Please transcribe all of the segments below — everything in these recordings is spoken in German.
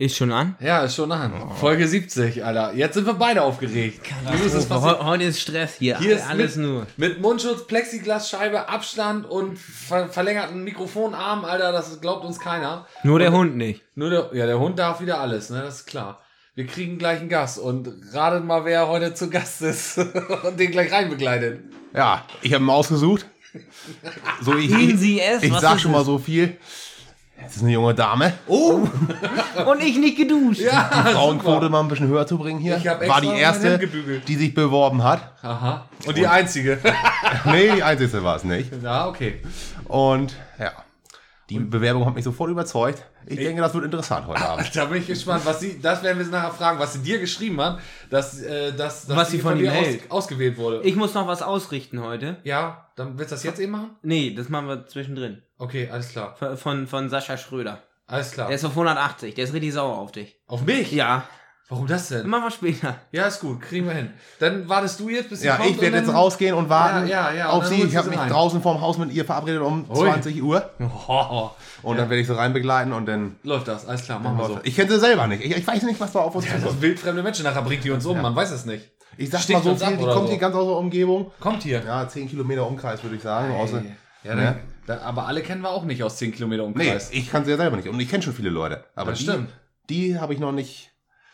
Ist schon an? Ja, ist schon an. Folge 70, Alter. Jetzt sind wir beide aufgeregt. Heute ist Stress hier. Hier ist alles mit Mundschutz, Plexiglasscheibe, Abstand und verlängerten Mikrofonarm, Alter. Das glaubt uns keiner. Nur der Hund nicht. Der Hund darf wieder alles, ne? Das ist klar. Wir kriegen gleich einen Gast und ratet mal, wer heute zu Gast ist und den gleich reinbegleitet. Ja, ich habe ihn ausgesucht. So, ich sag schon mal so viel. Das ist eine junge Dame. Oh! Und ich nicht geduscht. Ja, Frauenquote mal ein bisschen höher zu bringen hier. Ich hab War die extra erste, mein Hemd gebügelt. die sich beworben hat. Aha. Und die einzige. Nee, die einzige war es nicht. Ja, okay. Und ja, die Bewerbung hat mich sofort überzeugt. Ich denke, das wird interessant heute Abend. Da bin ich gespannt, das werden wir nachher fragen, was sie dir geschrieben hat, dass Was sie von ihm dir hält. ausgewählt wurde. Ich muss noch was ausrichten heute. Ja, dann willst du das jetzt eben machen? Nee, das machen wir zwischendrin. Okay, alles klar. Von Sascha Schröder. Alles klar. Der ist auf 180. Der ist richtig sauer auf dich. Auf mich? Ja. Warum das denn? Machen wir später. Ja, ist gut, kriegen wir hin. Dann wartest du jetzt, bis sie Ja, kommt. ich werde jetzt rausgehen und warten Ja, auf und dann sie. holst Ich du habe sie mich rein. draußen vorm Haus mit ihr verabredet um 20 Uhr. Oh, Und dann werde ich sie rein begleiten und dann... läuft das, alles klar, machen wir so. Ich kenne sie selber nicht. Ich weiß nicht, was da auf uns Ja, zukommt. das wildfremde Menschen, nachher bringt die uns um, man weiß es nicht. Ich sag Sticht mal so uns ab viel, die oder kommt so. hier ganz aus der Umgebung. Kommt hier. Ja, 10 Kilometer Umkreis, würde ich sagen. Ja, Ne? aber alle kennen wir auch nicht aus 10 Kilometer Nee, Umkreis. ich kann sie ja selber nicht. Und ich kenne schon viele Leute. Aber Das stimmt. die habe ich noch nicht...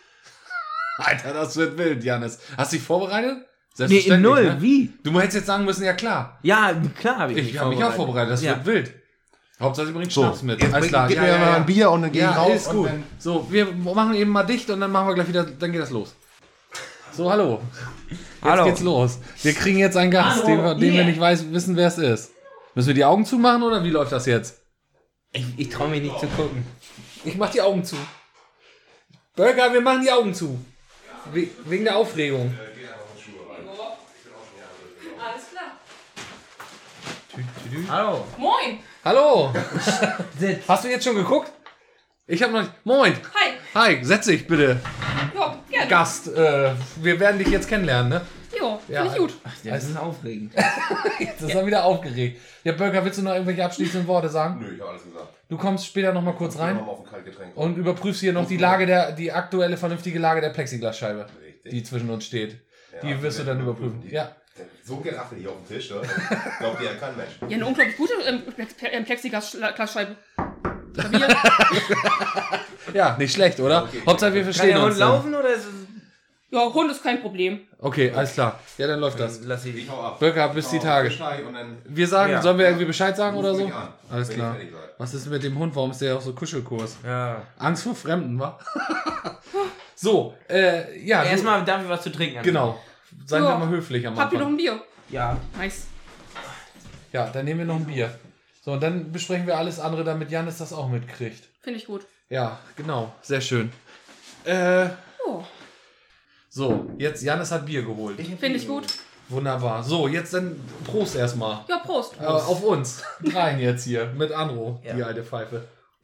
Alter, das wird wild, Janis. Hast du dich vorbereitet? Nee, in null. Ne? Wie? Du hättest jetzt sagen müssen, ja klar. Ja, klar habe ich Ich habe mich auch vorbereitet, das wird wild. Hauptsache, sie bringt So, Schnaps mit. jetzt Alles klar. gib mir mal ein Bier und dann gehe ich raus. Ist gut. Und So, wir machen eben mal dicht und dann machen wir gleich wieder, dann geht das los. So, hallo. Jetzt Hallo. geht's los. Wir kriegen jetzt einen Gast, Hallo, den wir hier. nicht wissen, wer es ist. Müssen wir die Augen zumachen oder wie läuft das jetzt? Ich traue mich nicht zu gucken. Ich mach die Augen zu. Burger, wir machen die Augen zu. Wegen der Aufregung. Alles klar. Hallo. Moin. Hallo. Sitz. Hast du jetzt schon geguckt? Ich habe noch nicht. Moin. Hi. Hi, setz dich bitte. Ja, gerne. Gast, wir werden dich jetzt kennenlernen, ne? Jo, Ja, finde ich gut. Das ist aufregend. Jetzt ist er wieder aufgeregt. Ja, Burger, willst du noch irgendwelche abschließenden Worte sagen? Nö, ich habe alles gesagt. Du kommst später noch mal kurz rein Auf ein Kaltgetränk. und überprüfst hier noch die aktuelle, vernünftige Lage der Plexiglasscheibe, die zwischen uns steht. Die wirst du dann überprüfen. Ja. So ein Geraffe hier auf dem Tisch, ne? Glaubt ihr, kein Mensch. Ja, eine unglaublich gute Plexiglasscheibe. Stabil. Ja, nicht schlecht, oder? Okay. Hauptsache wir Kann verstehen der uns. Hund laufen oder ist es... Ja, Hund ist kein Problem. Okay, alles klar. Ja, dann läuft das. Lass ich. Ich hau ab. Burger, bis die Tage. Und dann Wir sagen, Ja. sollen wir irgendwie Bescheid sagen oder ruf so? mich an, Alles wenn klar. ihr fertig seid. Was ist mit dem Hund? Warum ist der auf so Kuschelkurs? Ja. Angst vor Fremden, wa? So, ja. du- Erstmal darf ich was zu trinken. Genau. Seien wir Ja. mal höflich am Habt ihr noch Anfang. ein Bier? Ja. Nice. Ja, dann nehmen wir noch ein Bier. So, und dann besprechen wir alles andere, damit Janis das auch mitkriegt. Finde ich gut. Ja, genau. Sehr schön. Oh, So, jetzt Janis hat Bier geholt. finde ich gut. Wunderbar. So, jetzt dann Prost erstmal. Ja, Prost. Auf uns. Dreien jetzt hier. Mit Andro, Ja. die alte Pfeife.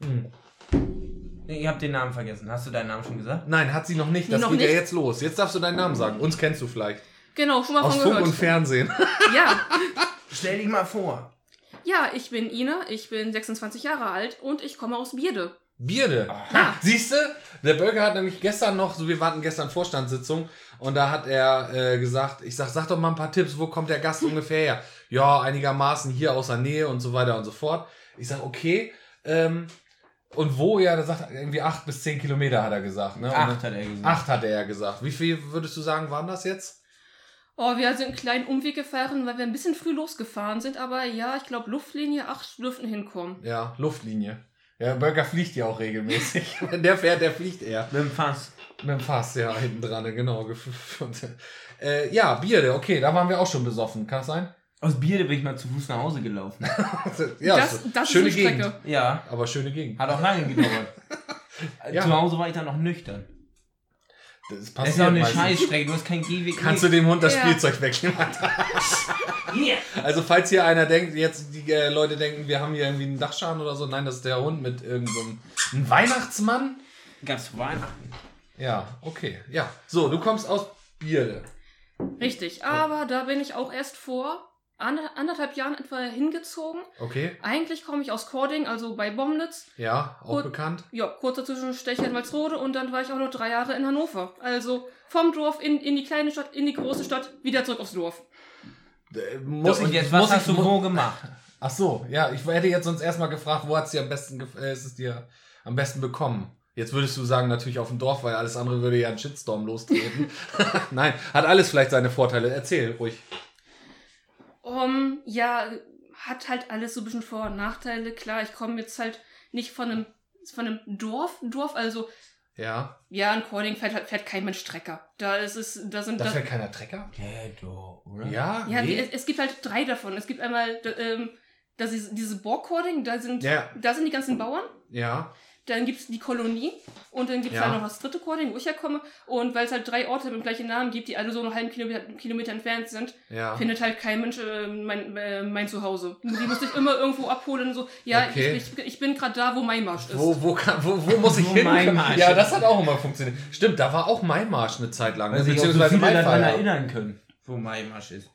Nee, ich hab den Namen vergessen. Hast du deinen Namen schon gesagt? Nein, hat sie noch nicht. Das Noch geht ja nicht? jetzt los. Jetzt darfst du deinen Namen sagen. Uns kennst du vielleicht. Genau, schon mal Aus von Funk gehört. und Fernsehen. Ja. Stell dich mal vor. Ja, ich bin Ina, ich bin 26 Jahre alt und ich komme aus Bierde. Bierde. Siehst du? Der Bölger hat nämlich gestern noch, so wir warten gestern Vorstandssitzung und da hat er gesagt, ich sag doch mal ein paar Tipps, wo kommt der Gast ungefähr her? Ja, einigermaßen hier aus der Nähe und so weiter und so fort. Ich sag, okay, und wo? Ja, da sagt er irgendwie 8 bis 10 Kilometer hat er gesagt. Ne? 8 hat er gesagt. 8 hat er ja gesagt. Wie viel würdest du sagen, waren das jetzt? Oh, wir sind einen kleinen Umweg gefahren, weil wir ein bisschen früh losgefahren sind, aber ja, ich glaube Luftlinie 8 dürften hinkommen. Ja, Luftlinie. Ja, Bölger fliegt ja auch regelmäßig. Wenn der fährt, der fliegt eher. Mit dem Fass. Mit dem Fass, ja, hinten dran, genau. Ja, Bierde, okay, da waren wir auch schon besoffen. Kann das sein? Aus Bierde bin ich mal zu Fuß nach Hause gelaufen. Ja, Das schöne ist die Strecke. Gegend. Ja. Aber schöne Gegend. Hat auch lange gedauert. Ja. Zu Hause war ich dann noch nüchtern. Das Das ist auch eine meistens. Scheißstrecke, du hast keinen Gehweg. Kannst du dem Hund das Ja. Spielzeug wegnehmen? Yeah. Also falls hier einer denkt, jetzt die Leute denken, wir haben hier irgendwie einen Dachschaden oder so. Nein, das ist der Hund mit irgendeinem ein Weihnachtsmann. Gab's zu Weihnachten. Ja, okay. Ja, so, du kommst aus Bierde. Richtig, aber da bin ich auch erst vor anderthalb Jahren etwa hingezogen. Okay. Eigentlich komme ich aus Kording, also bei Bomlitz. Ja, auch bekannt. Ja, kurzer Zwischenstecher in Walsrode und dann war ich auch noch 3 Jahre in Hannover. Also vom Dorf in die kleine Stadt, in die große Stadt, wieder zurück aufs Dorf. Was hast du wo gemacht? Ach so, ja, ich hätte jetzt sonst erstmal gefragt, wo ist es dir am besten bekommen? Jetzt würdest du sagen, natürlich auf dem Dorf, weil alles andere würde ja einen Shitstorm lostreten. Nein, hat alles vielleicht seine Vorteile. Erzähl ruhig. Ja, hat halt alles so ein bisschen Vor- und Nachteile. Klar, ich komme jetzt halt nicht von einem Dorf, also ja, in Kording fährt kein Mensch Trecker. Da fährt keiner Trecker? Ja, doch, oder? Ja, ja, nee. es gibt halt 3 davon. Es gibt einmal das ist diese Borg-Kording, da sind die ganzen Bauern. Ja. Dann gibt es die Kolonie und dann gibt es halt noch das 3. Kording, wo ich herkomme. Und weil es halt 3 Orte mit dem gleichen Namen gibt, die alle so einen halben Kilometer entfernt sind, findet halt kein Mensch mein Zuhause. Die muss ich immer irgendwo abholen. So, ja, okay. ich bin gerade da, wo Maimarsch ist. Wo muss ich hin? Maimarsch. Ja, das hat auch immer funktioniert. Stimmt, da war auch Maimarsch eine Zeit lang. Also beziehungsweise viele daran erinnern können, wo Maimarsch ist.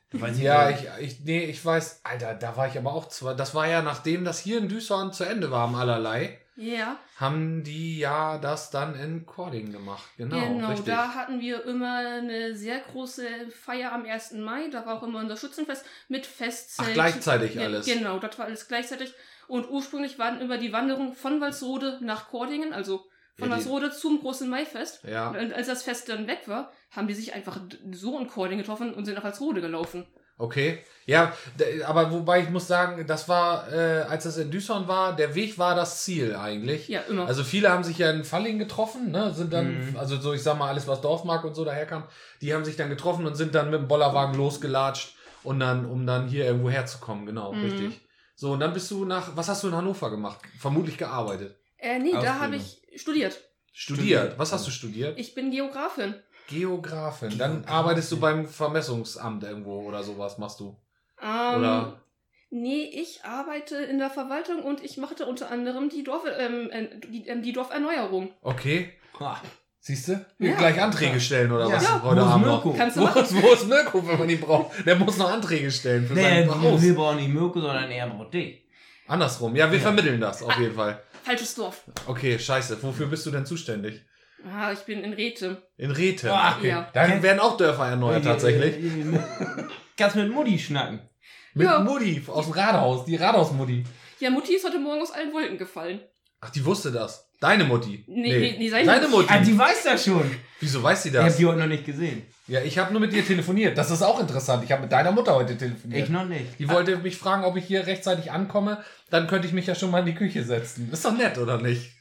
Ich weiß, Alter, da war ich aber auch das war ja nachdem das hier in Düsseldorf zu Ende war, am allerlei. Ja. Haben die ja das dann in Kording gemacht. Genau, richtig. Da hatten wir immer eine sehr große Feier am 1. Mai. Da war auch immer unser Schützenfest mit Festzelt. Ach, gleichzeitig alles? Genau, das war alles gleichzeitig. Und ursprünglich waren immer die Wanderung von Walsrode nach Kordingen, also von Walsrode zum großen Maifest. Ja. Und als das Fest dann weg war, haben die sich einfach so in Kording getroffen und sind nach Walsrode gelaufen. Okay, ja, aber wobei ich muss sagen, das war, als das in Düsseldorf war, der Weg war das Ziel eigentlich. Ja, immer. Also viele haben sich ja in Falling getroffen, ne, sind dann, also so ich sag mal, alles was Dorfmark und so daherkam, die haben sich dann getroffen und sind dann mit dem Bollerwagen losgelatscht und dann, um dann hier irgendwo herzukommen, genau, richtig. So, und dann bist du was hast du in Hannover gemacht? Vermutlich gearbeitet. Nee, da habe ich studiert. Studiert? Was hast du studiert? Ich bin Geografin. Geografin. Dann arbeitest du beim Vermessungsamt irgendwo oder sowas, machst du? Oder? Nee, ich arbeite in der Verwaltung und ich machte unter anderem die Dorferneuerung. Okay. Siehst du? Gleich Anträge stellen oder was? Ja. Heute Abend Mirko? Kannst du machen. Wo ist Mirko, wenn man ihn braucht? Der muss noch Anträge stellen für sein Haus. Wir brauchen nicht Mirko, sondern er braucht dich. Andersrum. Ja, wir vermitteln das auf jeden Fall. Falsches Dorf. Okay, scheiße. Wofür bist du denn zuständig? Ich bin in Rethe. In Rethe? Okay. Ja. Dann werden auch Dörfer erneuert tatsächlich. Kannst mit Mutti schnacken. Mit Mutti aus dem Rathaus, die Rathausmutti. Ja, Mutti ist heute Morgen aus allen Wolken gefallen. Ach, die wusste das. Deine Mutti? Nee, seine Mutti. Ah, die weiß das schon. Wieso weiß sie Ich hab das? die heute noch nicht gesehen. Ja, ich habe nur mit ihr telefoniert. Das ist auch interessant. Ich habe mit deiner Mutter heute telefoniert. Ich noch nicht. Die wollte mich fragen, ob ich hier rechtzeitig ankomme. Dann könnte ich mich ja schon mal in die Küche setzen. Ist doch nett, oder nicht?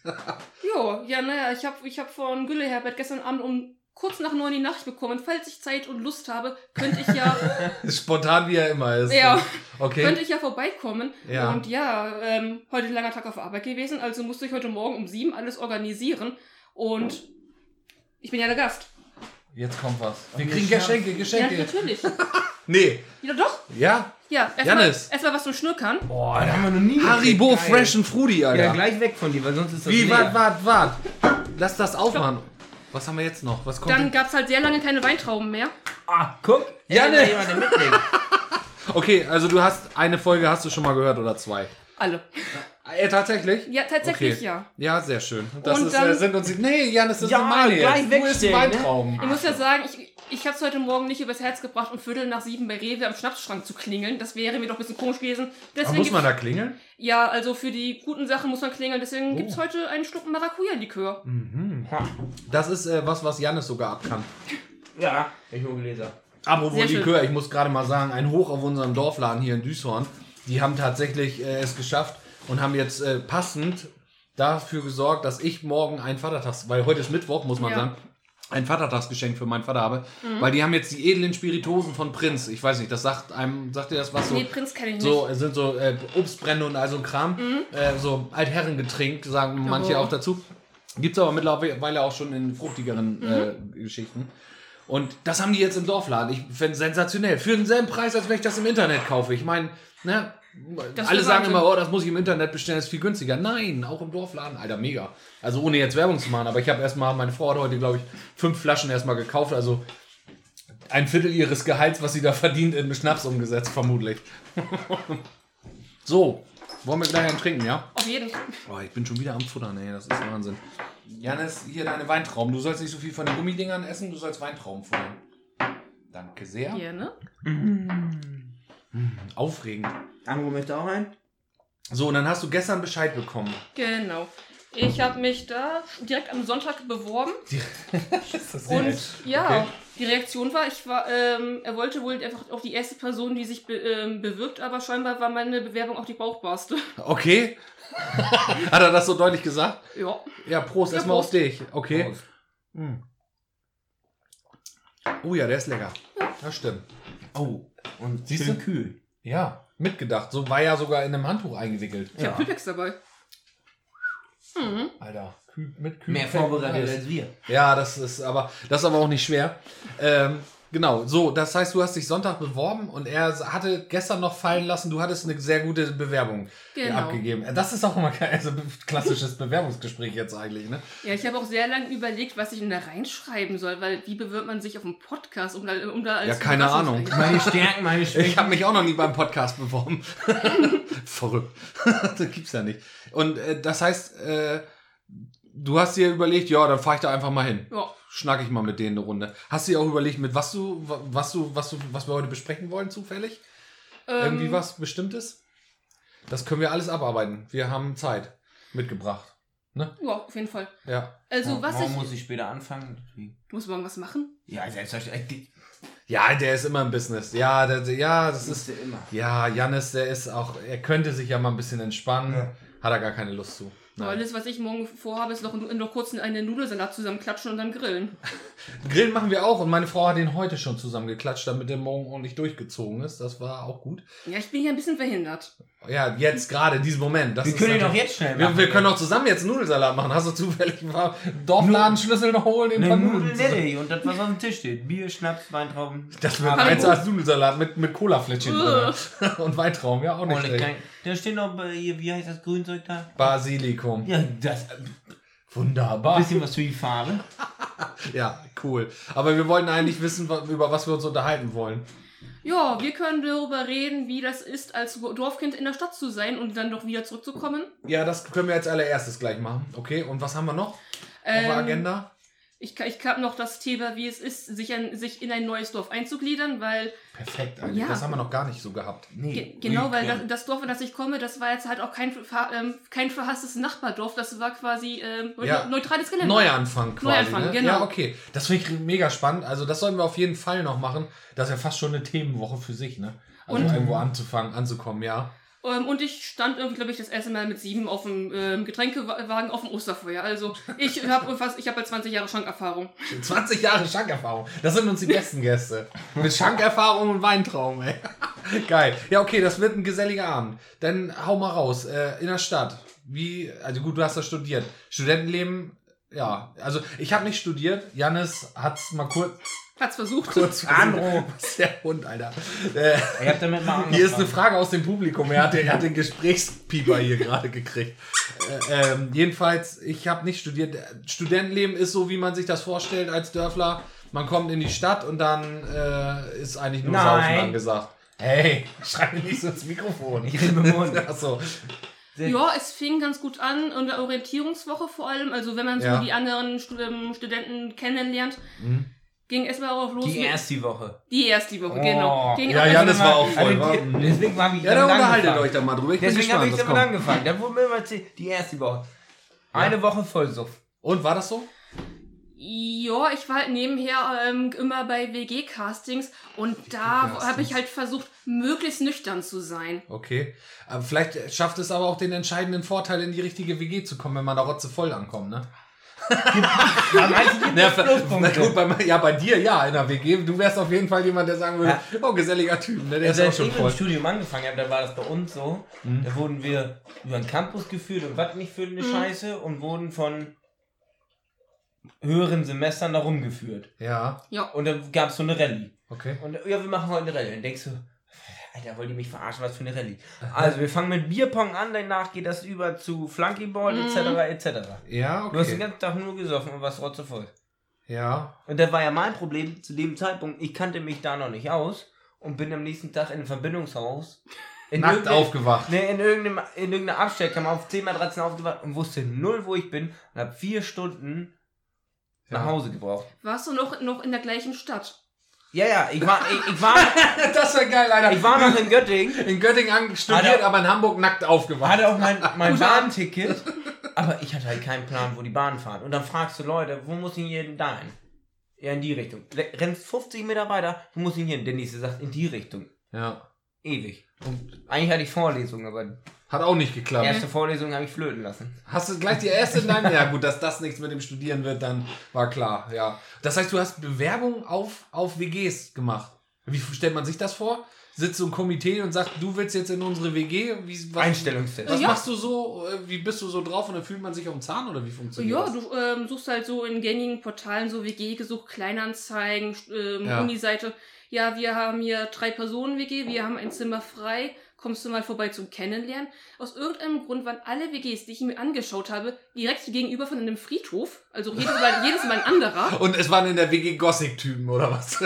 Ich hab von Gülle Herbert gestern Abend um kurz nach 9 die Nachricht bekommen. Falls ich Zeit und Lust habe, könnte ich ja... Spontan, wie er immer ist. Ja, okay. Könnte ich ja vorbeikommen. Ja. Und heute ein langer Tag auf Arbeit gewesen, also musste ich heute Morgen um 7 alles organisieren. Und ich bin ja der Gast. Jetzt kommt was. Wir kriegen Geschenke. Ja, natürlich. Nee. Ja, doch. Ja? Ja, Janis. erstmal was zum Schnurkern. Boah, da haben wir noch nie Haribo gekriegt. Fresh and Fruity, Alter. Ja, gleich weg von dir, weil sonst ist das Wie, leer. wart. Lass das aufmachen. Was haben wir jetzt noch? Was kommt Dann gab's halt sehr lange keine Weintrauben mehr. Ah, guck. Janne. Jemand mitnehmen. Okay, also du hast eine Folge hast du schon mal gehört oder 2? Alle. Tatsächlich? Ja, tatsächlich okay. ja. Ja, sehr schön. Das Und ist, dann, sind uns nee, Janis, das ja, sind meine gleich jetzt. Wo ist wegstellen, Weintrauben? Ich muss ja sagen, ich habe es heute Morgen nicht übers Herz gebracht, um 6:45 bei Rewe am Schnapsschrank zu klingeln. Das wäre mir doch ein bisschen komisch gewesen. Deswegen muss man da klingeln? Ja, also für die guten Sachen muss man klingeln. Deswegen gibt's heute einen Schluck Maracuja-Likör. Mhm. Das ist was Janis sogar ab kann. Ja, ich hole Gläser. Apropos Likör, ich muss gerade mal sagen, ein Hoch auf unseren Dorfladen hier in Düsseldorf. Die haben tatsächlich es geschafft und haben jetzt passend dafür gesorgt, dass ich morgen ein Vatertags, weil heute ist Mittwoch, muss man sagen, ein Vatertagsgeschenk für meinen Vater habe, weil die haben jetzt die edlen Spiritosen von Prinz. Ich weiß nicht, das sagt ihr das was so? Nee, Prinz kenne ich nicht. So sind so Obstbrände und all so ein Kram, so Altherrengetränk, sagen manche auch dazu. Gibt's aber mittlerweile auch schon in fruchtigeren Geschichten. Und das haben die jetzt im Dorfladen. Ich finde es sensationell. Für denselben Preis, als wenn ich das im Internet kaufe. Ich meine, ne, alle sagen immer, oh, das muss ich im Internet bestellen, ist viel günstiger. Nein, auch im Dorfladen. Alter, mega. Also ohne jetzt Werbung zu machen, aber ich habe meine Frau hat heute, glaube ich, 5 Flaschen erstmal gekauft. Also Ein Viertel ihres Gehalts, was sie da verdient, in Schnaps umgesetzt, vermutlich. So, wollen wir gleich einen trinken, ja? Auf jeden Fall. Oh, ich bin schon wieder am Futtern, ey, das ist Wahnsinn. Janis, hier deine Weintrauben. Du sollst nicht so viel von den Gummidingern essen, du sollst Weintrauben futtern. Danke sehr. Gerne. Aufregend. Ango möchte auch ein? So, und dann hast du gestern Bescheid bekommen. Genau. Ich habe mich da direkt am Sonntag beworben. Und ja, okay. Die Reaktion war, er wollte wohl einfach auch die erste Person, die sich bewirbt, aber scheinbar war meine Bewerbung auch die brauchbarste. Okay. Hat er das so deutlich gesagt? Ja. Ja, Prost, erstmal auf dich. Okay. Prost. Oh ja, der ist lecker. Ja. Das stimmt. Oh, und siehst du? Kühl. Ja, mitgedacht. So war ja sogar in einem Handtuch eingewickelt. Ich habe Kühlpacks dabei. Alter, mit Kühlpack. Mehr vorbereitet als wir. Ja, das ist aber auch nicht schwer. Genau, so, das heißt, du hast dich Sonntag beworben und er hatte gestern noch fallen lassen, du hattest eine sehr gute Bewerbung abgegeben. Das ist auch immer ein klassisches Bewerbungsgespräch jetzt eigentlich, ne? Ja, ich habe auch sehr lange überlegt, was ich denn da reinschreiben soll, weil wie bewirbt man sich auf einen Podcast, um da als... Ja, keine Ahnung. Meine Stärken, meine Schwächen. Ich habe mich auch noch nie beim Podcast beworben. Verrückt. Das gibt's ja nicht. Und das heißt, du hast dir überlegt, ja, dann fahre ich da einfach mal hin. Ja. Schnack ich mal mit denen eine Runde. Hast du dir auch überlegt, mit was wir heute besprechen wollen, zufällig? Irgendwie was Bestimmtes? Das können wir alles abarbeiten. Wir haben Zeit mitgebracht. Ne? Ja, auf jeden Fall. Ja. Also, Warum muss ich später anfangen? Du musst morgen was machen? Ja, selbstverständlich. Ja, der ist immer im Business. Ja, das ist immer. Ja, Janis, der ist auch, er könnte sich ja mal ein bisschen entspannen. Ja. Hat er gar keine Lust zu. Nein. Alles, was ich morgen vorhabe, ist noch kurz eine Nudelsalat zusammenklatschen und dann grillen. Grillen machen wir auch und meine Frau hat den heute schon zusammengeklatscht, damit der morgen ordentlich durchgezogen ist. Das war auch gut. Ja, ich bin hier ein bisschen verhindert. Ja, jetzt gerade, in diesem Moment. Wir können ihn auch jetzt schnell machen. Wir können auch zusammen jetzt einen Nudelsalat machen. Hast du zufällig ein paar Dorfladenschlüssel noch holen? Eine Nudeln und das, was auf dem Tisch steht. Bier, Schnaps, Weintrauben. Das wird eins als Nudelsalat mit Cola-Fläschchen drin. Und Weintrauben, ja auch nicht schlecht. Da steht noch, wie heißt das Grünzeug da? Basilikum. Ja, das... Wunderbar. Ein bisschen was für die Farbe. Ja, cool. Aber wir wollten eigentlich wissen, über was wir uns unterhalten wollen. Ja, wir können darüber reden, wie das ist, als Dorfkind in der Stadt zu sein und dann doch wieder zurückzukommen. Ja, das können wir als allererstes gleich machen. Okay, und was haben wir noch auf der Agenda? Ich habe noch das Thema, wie es ist, sich in ein neues Dorf einzugliedern, weil... Perfekt, eigentlich. Ja. Das haben wir noch gar nicht so gehabt. Nee. Genau, weil das Dorf, in das ich komme, das war jetzt halt auch kein verhasstes Nachbardorf, das war quasi neutrales Gelände. Neuanfang quasi. Neuanfang, ne? genau. Ja, okay. Das finde ich mega spannend. Also das sollten wir auf jeden Fall noch machen. Das ist ja fast schon eine Themenwoche für sich, ne? Also irgendwo anzukommen, ja. Und ich stand irgendwie, glaube ich, das erste Mal mit 7 auf dem Getränkewagen auf dem Osterfeuer. Also ich habe halt 20 Jahre Schankerfahrung. 20 Jahre Schankerfahrung. Das sind uns die besten Gäste. Mit Schankerfahrung und Weintraum, ey. Geil. Ja, okay, das wird ein geselliger Abend. Dann hau mal raus. In der Stadt. Also gut, du hast da studiert. Studentenleben, ja. Also ich habe nicht studiert. Janis hat's mal Hat's versucht. Andro. Was ist der Hund, Alter? Ich hab damit mal hier ist eine Frage aus dem Publikum. Er hat den Gesprächspieper hier gerade gekriegt. Jedenfalls, ich habe nicht studiert. Studentenleben ist so, wie man sich das vorstellt als Dörfler. Man kommt in die Stadt und dann ist eigentlich nur Saufen angesagt. Hey, schreib mir nicht so ins Mikrofon. Ich rede mit dem Mund. Achso. Ja, es fing ganz gut an in der Orientierungswoche vor allem. Also wenn man so die anderen Studenten kennenlernt. Ging erstmal auch los. Die erste Woche, genau. Ja, Janis war auch voll. Deswegen habe ich dann unterhaltet euch da mal drüber. Deswegen habe ich damit angefangen. Dann wurde mir immer die erste Woche. Eine Woche Vollsuff. Und war das so? Ja, ich war halt nebenher immer bei WG-Castings und da habe ich halt versucht, möglichst nüchtern zu sein. Okay. Aber vielleicht schafft es aber auch den entscheidenden Vorteil, in die richtige WG zu kommen, wenn man da rotzevoll ankommt, ne? Bei dir ja, in der WG. Du wärst auf jeden Fall jemand, der sagen würde, geselliger Typ, ne? Der ist auch schon voll. Als ich im Studium angefangen habe, da war das bei uns so. Da wurden wir über den Campus geführt und was nicht für eine Scheiße und wurden von höheren Semestern da rumgeführt. Ja. Und dann gab es so eine Rallye. Okay. Und wir machen heute eine Rallye. Dann denkst du, Alter, wollt ihr mich verarschen, was für eine Rallye? Also, wir fangen mit Bierpong an, danach geht das über zu Flunkyball, etc. Ja, okay. Du hast den ganzen Tag nur gesoffen und warst rotzevoll. Ja. Und das war ja mein Problem zu dem Zeitpunkt. Ich kannte mich da noch nicht aus und bin am nächsten Tag in einem Verbindungshaus nackt aufgewacht. Ne, in irgendeiner Abstellkammer auf 10 Matratzen aufgewacht und wusste null, wo ich bin und habe 4 Stunden nach Hause gebraucht. Warst du noch in der gleichen Stadt? Ja, ich war das wäre geil, Alter. Ich war noch in Göttingen. In Göttingen studiert, aber in Hamburg nackt aufgewacht. Hatte auch mein Bahnticket, aber ich hatte halt keinen Plan, wo die Bahnen fahren. Und dann fragst du Leute, wo muss ich hier denn da hin? Ja, in die Richtung. Rennst 50 Meter weiter, wo muss ich hin? Der nächste sagt, in die Richtung. Ja. Ewig. Und eigentlich hatte ich Vorlesungen, aber hat auch nicht geklappt. Die erste Vorlesung habe ich flöten lassen. Hast du gleich die erste in deinem... Ja gut, dass das nichts mit dem Studieren wird, dann war klar, ja. Das heißt, du hast Bewerbung auf WGs gemacht. Wie stellt man sich das vor? Sitzt so ein Komitee und sagt, du willst jetzt in unsere WG? Einstellungstest. Was machst du so? Wie bist du so drauf und dann fühlt man sich auf den Zahn oder wie funktioniert das? Ja, du suchst halt so in gängigen Portalen so WG-Gesuch, Kleinanzeigen, Uniseite. Ja, wir haben hier 3 Personen WG, wir haben ein Zimmer frei, kommst du mal vorbei zum Kennenlernen. Aus irgendeinem Grund waren alle WGs, die ich mir angeschaut habe, direkt gegenüber von einem Friedhof. Also jedes Mal ein anderer. Und es waren in der WG Gothic-Typen, oder was?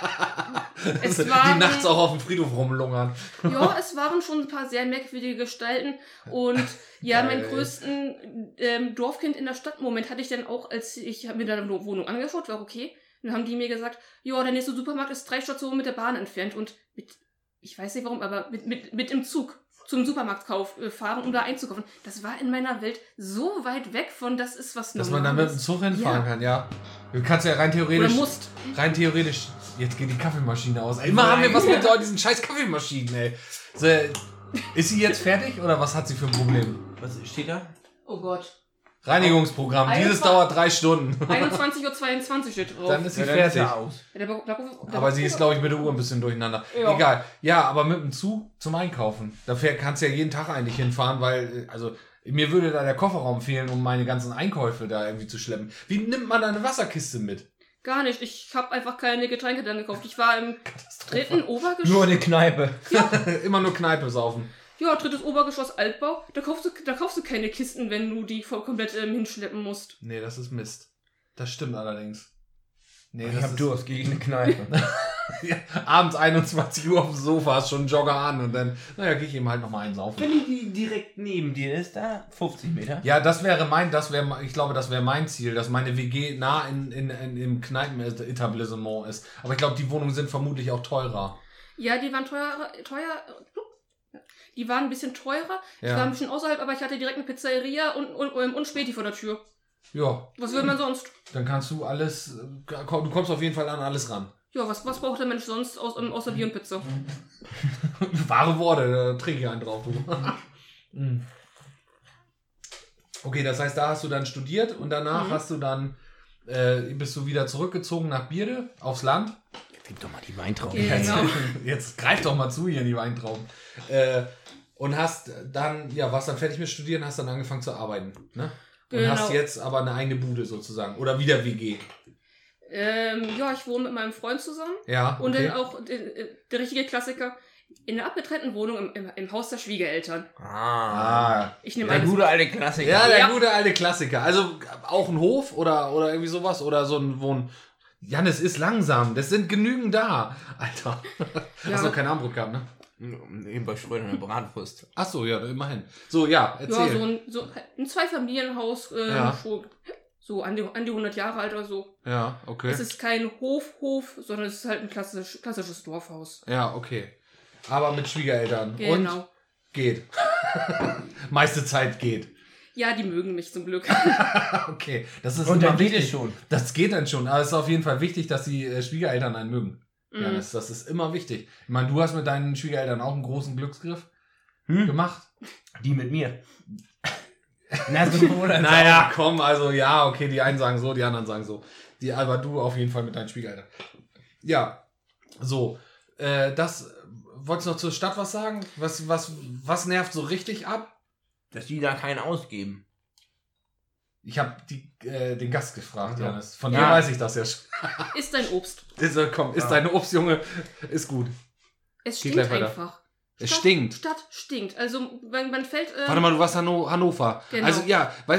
Die nachts auch auf dem Friedhof rumlungern. Ja, es waren schon ein paar sehr merkwürdige Gestalten. Und ja, meinen größten Dorfkind in der Stadt-Moment hatte ich dann auch, als ich mir da eine Wohnung angeschaut, war okay. Dann haben die mir gesagt, ja, der nächste Supermarkt ist 3 Stationen mit der Bahn entfernt und ich weiß nicht warum, aber mit im Zug zum Supermarkt fahren, um da einzukaufen. Das war in meiner Welt so weit weg von, das ist was Normales. Dass man da mit dem Zug hinfahren kann, ja. Du kannst ja rein theoretisch... Oder musst. Rein theoretisch... Jetzt geht die Kaffeemaschine aus. Immer haben wir was mit diesen scheiß Kaffeemaschinen, ey. So, ist sie jetzt fertig oder was hat sie für ein Problem? Was steht da? Oh Gott. Reinigungsprogramm. Dieses dauert 3 Stunden. 21:22 Uhr steht drauf. Dann ist sie fertig. Aber sie ist, glaube ich, mit der Uhr ein bisschen durcheinander. Ja. Egal. Ja, aber mit dem Zug zum Einkaufen. Dafür kannst du ja jeden Tag eigentlich hinfahren, weil, also, mir würde da der Kofferraum fehlen, um meine ganzen Einkäufe da irgendwie zu schleppen. Wie nimmt man da eine Wasserkiste mit? Gar nicht. Ich habe einfach keine Getränke dann gekauft. Ich war im 3. Obergeschoss. Nur eine Kneipe. Ja. Immer nur Kneipe saufen. Ja, 3. Obergeschoss Altbau. Da kaufst du keine Kisten, wenn du die komplett hinschleppen musst. Nee, das ist Mist. Das stimmt allerdings. Nee, ich hab Durst gegen eine Kneipe. Ja, abends 21 Uhr auf dem Sofa, hast schon einen Jogger an und dann, naja, gehe ich eben halt nochmal einen saufen. Wenn die direkt neben dir ist, da 50 Meter. Ja, ich glaube, das wäre mein Ziel, dass meine WG nah im Kneipen-Etablissement ist. Aber ich glaube, die Wohnungen sind vermutlich auch teurer. Ja, die waren teuer. Die waren ein bisschen teurer. Ja. Ich war ein bisschen außerhalb, aber ich hatte direkt eine Pizzeria und Späti vor der Tür. Ja. Was will man sonst? Dann kannst du alles, du kommst auf jeden Fall an alles ran. Ja, was braucht der Mensch sonst außer Bier und Pizza? Wahre Worte, da trinke ich einen drauf. Du. Okay, das heißt, da hast du dann studiert und danach hast du dann, bist du wieder zurückgezogen nach Bierde, aufs Land. Gib doch mal die Weintrauben. Genau. Jetzt greif doch mal zu hier in die Weintrauben. Und hast dann, ja, warst dann fertig mit Studieren, hast dann angefangen zu arbeiten, ne? Und genau. hast jetzt aber eine eigene Bude sozusagen. Oder wieder WG. Ja, ich wohne mit meinem Freund zusammen. Ja. Okay. Und dann auch der richtige Klassiker, in der abgetrennten Wohnung im Haus der Schwiegereltern. Ich nehme der gute alte Klassiker. Ja, der gute alte Klassiker. Also auch ein Hof oder irgendwie sowas oder so ein Wohn... Jannis, ist langsam. Das sind genügend da. Alter. Ja. Hast du keinen Armbrot gehabt, ne? Eben bei Schröder eine Bratwurst. Ach so, ja, immerhin. So, ja, erzähl. Ja, so ein Zweifamilienhaus, so an die 100 Jahre alt oder so. Ja, okay. Es ist kein Hof, sondern es ist halt ein klassisches Dorfhaus. Ja, okay. Aber mit Schwiegereltern. Genau. Und geht. Meiste Zeit geht. Ja, die mögen mich zum Glück. Okay, das ist und immer dann geht wichtig. es schon. Das geht dann schon, aber es ist auf jeden fall wichtig, dass die Schwiegereltern einen mögen. Ja, das ist immer wichtig. Ich meine, du hast mit deinen Schwiegereltern auch einen großen Glücksgriff gemacht. Die mit mir. Naja, komm, also ja, okay, die einen sagen so, die anderen sagen so. Aber du auf jeden Fall mit deinen Schwiegereltern. Ja, so. Wolltest du noch zur Stadt was sagen? Was nervt so richtig ab? Dass die da keinen ausgeben. Ich habe den Gast gefragt, Janis. Von dir weiß ich das ja schon. Ist dein Obst. Ist dein Obst, Junge. Ist gut. Es stinkt einfach. Es stinkt. Stadt stinkt. Also, man fällt... Warte mal, du warst Hannover. Genau. Also, ja, weißt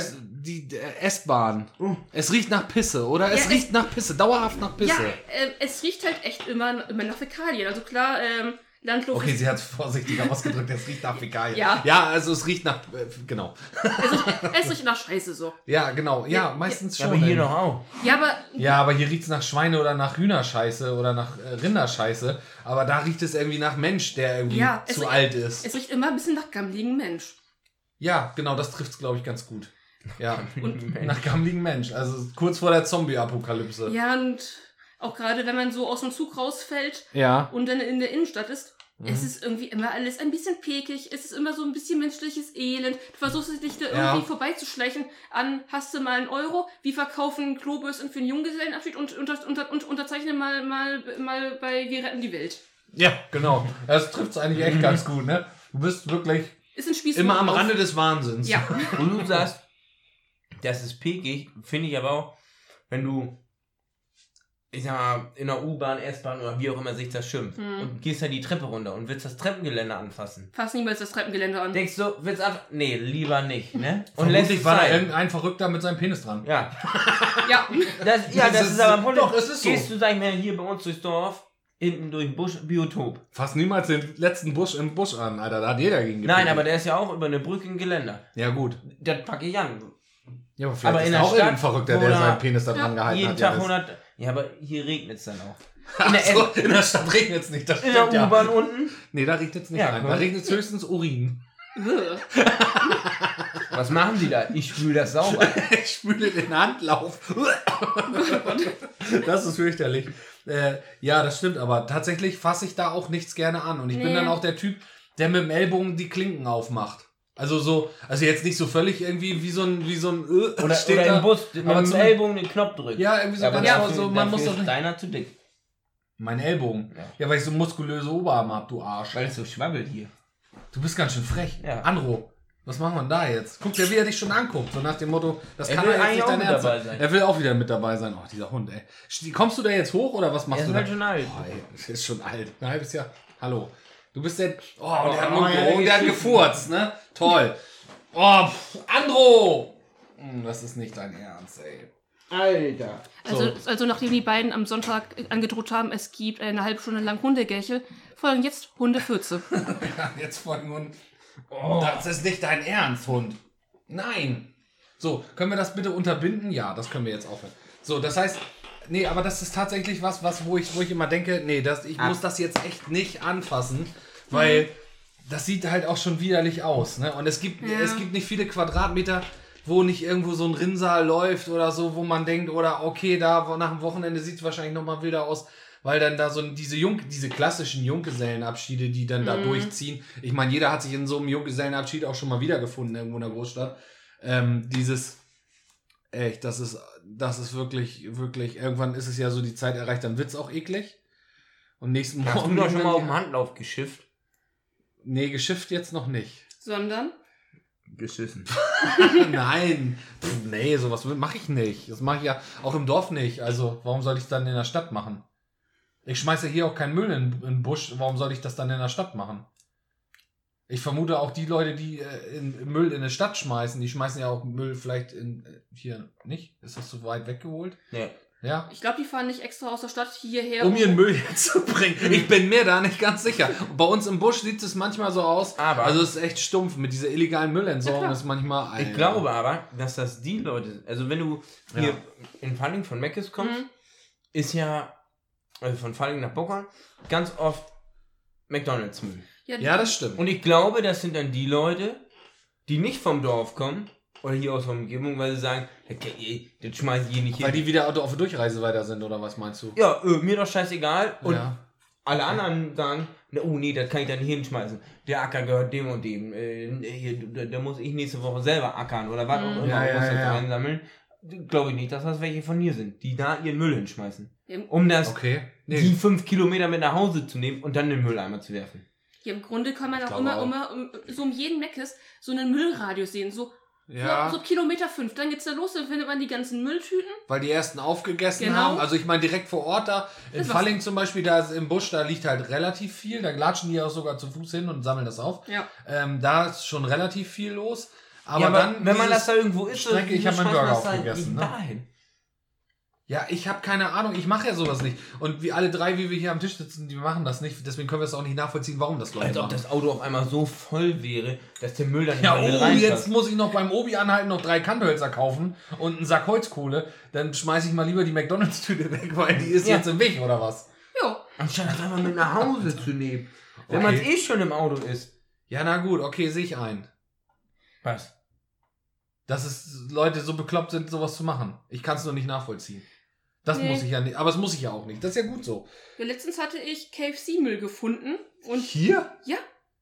die S-Bahn. Es riecht nach Pisse, oder? Es riecht nach Pisse, dauerhaft nach Pisse. Ja, es riecht halt echt immer nach Fäkalien. Also klar, Landluft. Okay, sie hat es vorsichtiger ausgedrückt, es riecht nach Fäkalien. Ja, also es riecht nach, genau. Es riecht nach Scheiße so. Ja, genau, meistens schon. Aber hier noch auch. Ja, aber hier riecht es nach Schweine- oder nach Hühnerscheiße oder nach Rinderscheiße. Aber da riecht es irgendwie nach Mensch, der irgendwie zu alt ist. Es riecht immer ein bisschen nach gammeligen Mensch. Ja, genau, das trifft es, glaube ich, ganz gut. Ja, und nach gammeligen Mensch. Also kurz vor der Zombie-Apokalypse. Ja, und auch gerade, wenn man so aus dem Zug rausfällt und dann in der Innenstadt ist, es ist irgendwie immer alles ein bisschen pekig, es ist immer so ein bisschen menschliches Elend. Du versuchst dich da irgendwie vorbeizuschleichen hast du mal einen Euro, wir verkaufen Klobürsten für einen Junggesellenabschied und unterzeichnen mal bei Wir retten die Welt. Ja, genau. Das trifft es eigentlich echt ganz gut, ne? Du bist wirklich immer am Rande des Wahnsinns. Ja. Und du sagst, das ist pekig, finde ich aber auch, wenn du, ich sag mal, in der U-Bahn, S-Bahn oder wie auch immer sich das schimpft und gehst dann die Treppe runter und willst das Treppengeländer anfassen. Fass niemals das Treppengeländer an. Denkst du, willst einfach, nee, lieber nicht, ne? Und letztlich war da irgendein Verrückter mit seinem Penis dran. Ja. Ja. Das ist aber doch, es ist so. Gehst du, sag ich mal, hier bei uns durchs Dorf, hinten durch den Busch, Biotop. Fass niemals den letzten Busch im Busch an, Alter, da hat jeder gegen gepinkelt. Nein, aber der ist ja auch über eine Brücke im Geländer. Ja, gut. Das packe ich an. Ja, aber vielleicht ist da auch irgendein Verrückter, der seinen Penis da dran gehalten jeden hat. Tag 100... Ja, aber hier regnet es dann auch. In der Stadt regnet es nicht. Das in der U-Bahn unten? Nee, da regnet es nicht rein. Da regnet es höchstens Urin. Was machen die da? Ich spüle das sauber. Ich spüle den Handlauf. Das ist fürchterlich. Ja, das stimmt, aber tatsächlich fasse ich da auch nichts gerne an. Und ich bin dann auch der Typ, der mit dem Ellbogen die Klinken aufmacht. Also jetzt nicht so völlig irgendwie wie so ein oder im Bus mit dem Ellbogen den Knopf drückt. Ja, irgendwie so ganz so, man muss doch nicht. Deiner zu dick. Mein Ellbogen? Ja, weil ich so muskulöse Oberarme hab, du Arsch. Weil es so schwabbelt hier. Du bist ganz schön frech. Ja. Andro, was machen wir denn da jetzt? Guck dir, wie er dich schon anguckt. So nach dem Motto, das kann er jetzt nicht dein Ernst sein. Er will auch wieder mit dabei sein. Oh, dieser Hund, ey. Kommst du da jetzt hoch oder was machst du da? Er ist halt schon alt. Oh, ey, ist schon alt. Ein halbes Jahr. Hallo. Du bist der... Oh, der hat gefurzt, ne? Toll. Oh, Andro! Das ist nicht dein Ernst, ey. Alter. Also nachdem die beiden am Sonntag angedroht haben, es gibt eine halbe Stunde lang Hundegächel, folgen jetzt Hundefürze. Ja, jetzt folgen Hunde. Oh. Das ist nicht dein Ernst, Hund. Nein. So, können wir das bitte unterbinden? Ja, das können wir jetzt aufhören. So, das heißt... Nee, aber das ist tatsächlich was wo ich immer denke, nee, ich muss das jetzt echt nicht anfassen, weil das sieht halt auch schon widerlich aus, ne? Und es gibt nicht viele Quadratmeter, wo nicht irgendwo so ein Rinnsal läuft oder so, wo man denkt, oder okay, da nach dem Wochenende sieht es wahrscheinlich nochmal wilder aus, weil dann da so diese klassischen Junggesellenabschiede, die dann da durchziehen. Ich meine, jeder hat sich in so einem Junggesellenabschied auch schon mal wiedergefunden irgendwo in der Großstadt. Echt, das ist wirklich, wirklich, irgendwann ist es ja so die Zeit erreicht, dann wird es auch eklig. Und nächsten Morgen... Hast du doch schon mal auf dem Handlauf geschifft? Nee, geschifft jetzt noch nicht. Sondern? Geschissen. Nein, nee, sowas mache ich nicht. Das mache ich ja auch im Dorf nicht. Also, warum soll ich es dann in der Stadt machen? Ich schmeiße hier auch keinen Müll in den Busch. Warum soll ich das dann in der Stadt machen? Ich vermute auch die Leute, die Müll in eine Stadt schmeißen, die schmeißen ja auch Müll vielleicht hier nicht. Ist das so weit weggeholt? Nee. Ja? Ich glaube, die fahren nicht extra aus der Stadt hierher. Um ihren Müll herzubringen. Ich bin mir da nicht ganz sicher. Bei uns im Busch sieht es manchmal so aus. Also es ist echt stumpf. Mit dieser illegalen Müllentsorgung ist manchmal... Alter. Ich glaube aber, dass das die Leute... Also wenn du hier in Falling von Meckes kommst, ist ja... Also von Falling nach Bockern ganz oft McDonalds-Müll. Ja, das stimmt. Und ich glaube, das sind dann die Leute, die nicht vom Dorf kommen oder hier aus der Umgebung, weil sie sagen, okay, das schmeiße ich hier nicht hin. Weil die wieder auf der Durchreise weiter sind, oder was meinst du? Ja, mir doch scheißegal. Und alle anderen sagen, oh nee, das kann ich da nicht hinschmeißen. Der Acker gehört dem und dem. Da muss ich nächste Woche selber ackern oder was auch immer einsammeln. Glaube ich nicht, dass das welche von hier sind, die da ihren Müll hinschmeißen. Um das die 5 Kilometer mit nach Hause zu nehmen und dann den Mülleimer zu werfen. Ja, im Grunde kann man auch immer so um jeden Meckes so einen Müllradius sehen. So Kilometer 5. Dann geht's da los, dann findet man die ganzen Mülltüten. Weil die ersten aufgegessen haben. Also ich meine direkt vor Ort da, in Falling zum Beispiel, da ist im Busch, da liegt halt relativ viel. Da latschen die auch sogar zu Fuß hin und sammeln das auf. Ja. Da ist schon relativ viel los. Aber dann, wenn man das da irgendwo isst, ich habe meinen Burger aufgegessen. Ne? Ja, ich habe keine Ahnung, ich mache ja sowas nicht. Und wie alle drei, wie wir hier am Tisch sitzen, die machen das nicht. Deswegen können wir es auch nicht nachvollziehen, warum das Leute machen. Als ob das Auto auf einmal so voll wäre, dass der Müll dann nicht mehr reinpasst. Jetzt muss ich noch beim Obi anhalten, noch 3 Kantehölzer kaufen und einen Sack Holzkohle. Dann schmeiße ich mal lieber die McDonalds-Tüte weg, weil die ist jetzt im Weg, oder was? Ja. Anstatt das einfach mit nach Hause zu nehmen. Wenn man es schon im Auto isst. Ja, na gut, okay, sehe ich ein. Was? Dass es Leute so bekloppt sind, sowas zu machen. Ich kann es nur nicht nachvollziehen. Das muss ich ja nicht, aber das muss ich ja auch nicht. Das ist ja gut so. Ja, letztens hatte ich KFC-Müll gefunden. Und hier? Ja.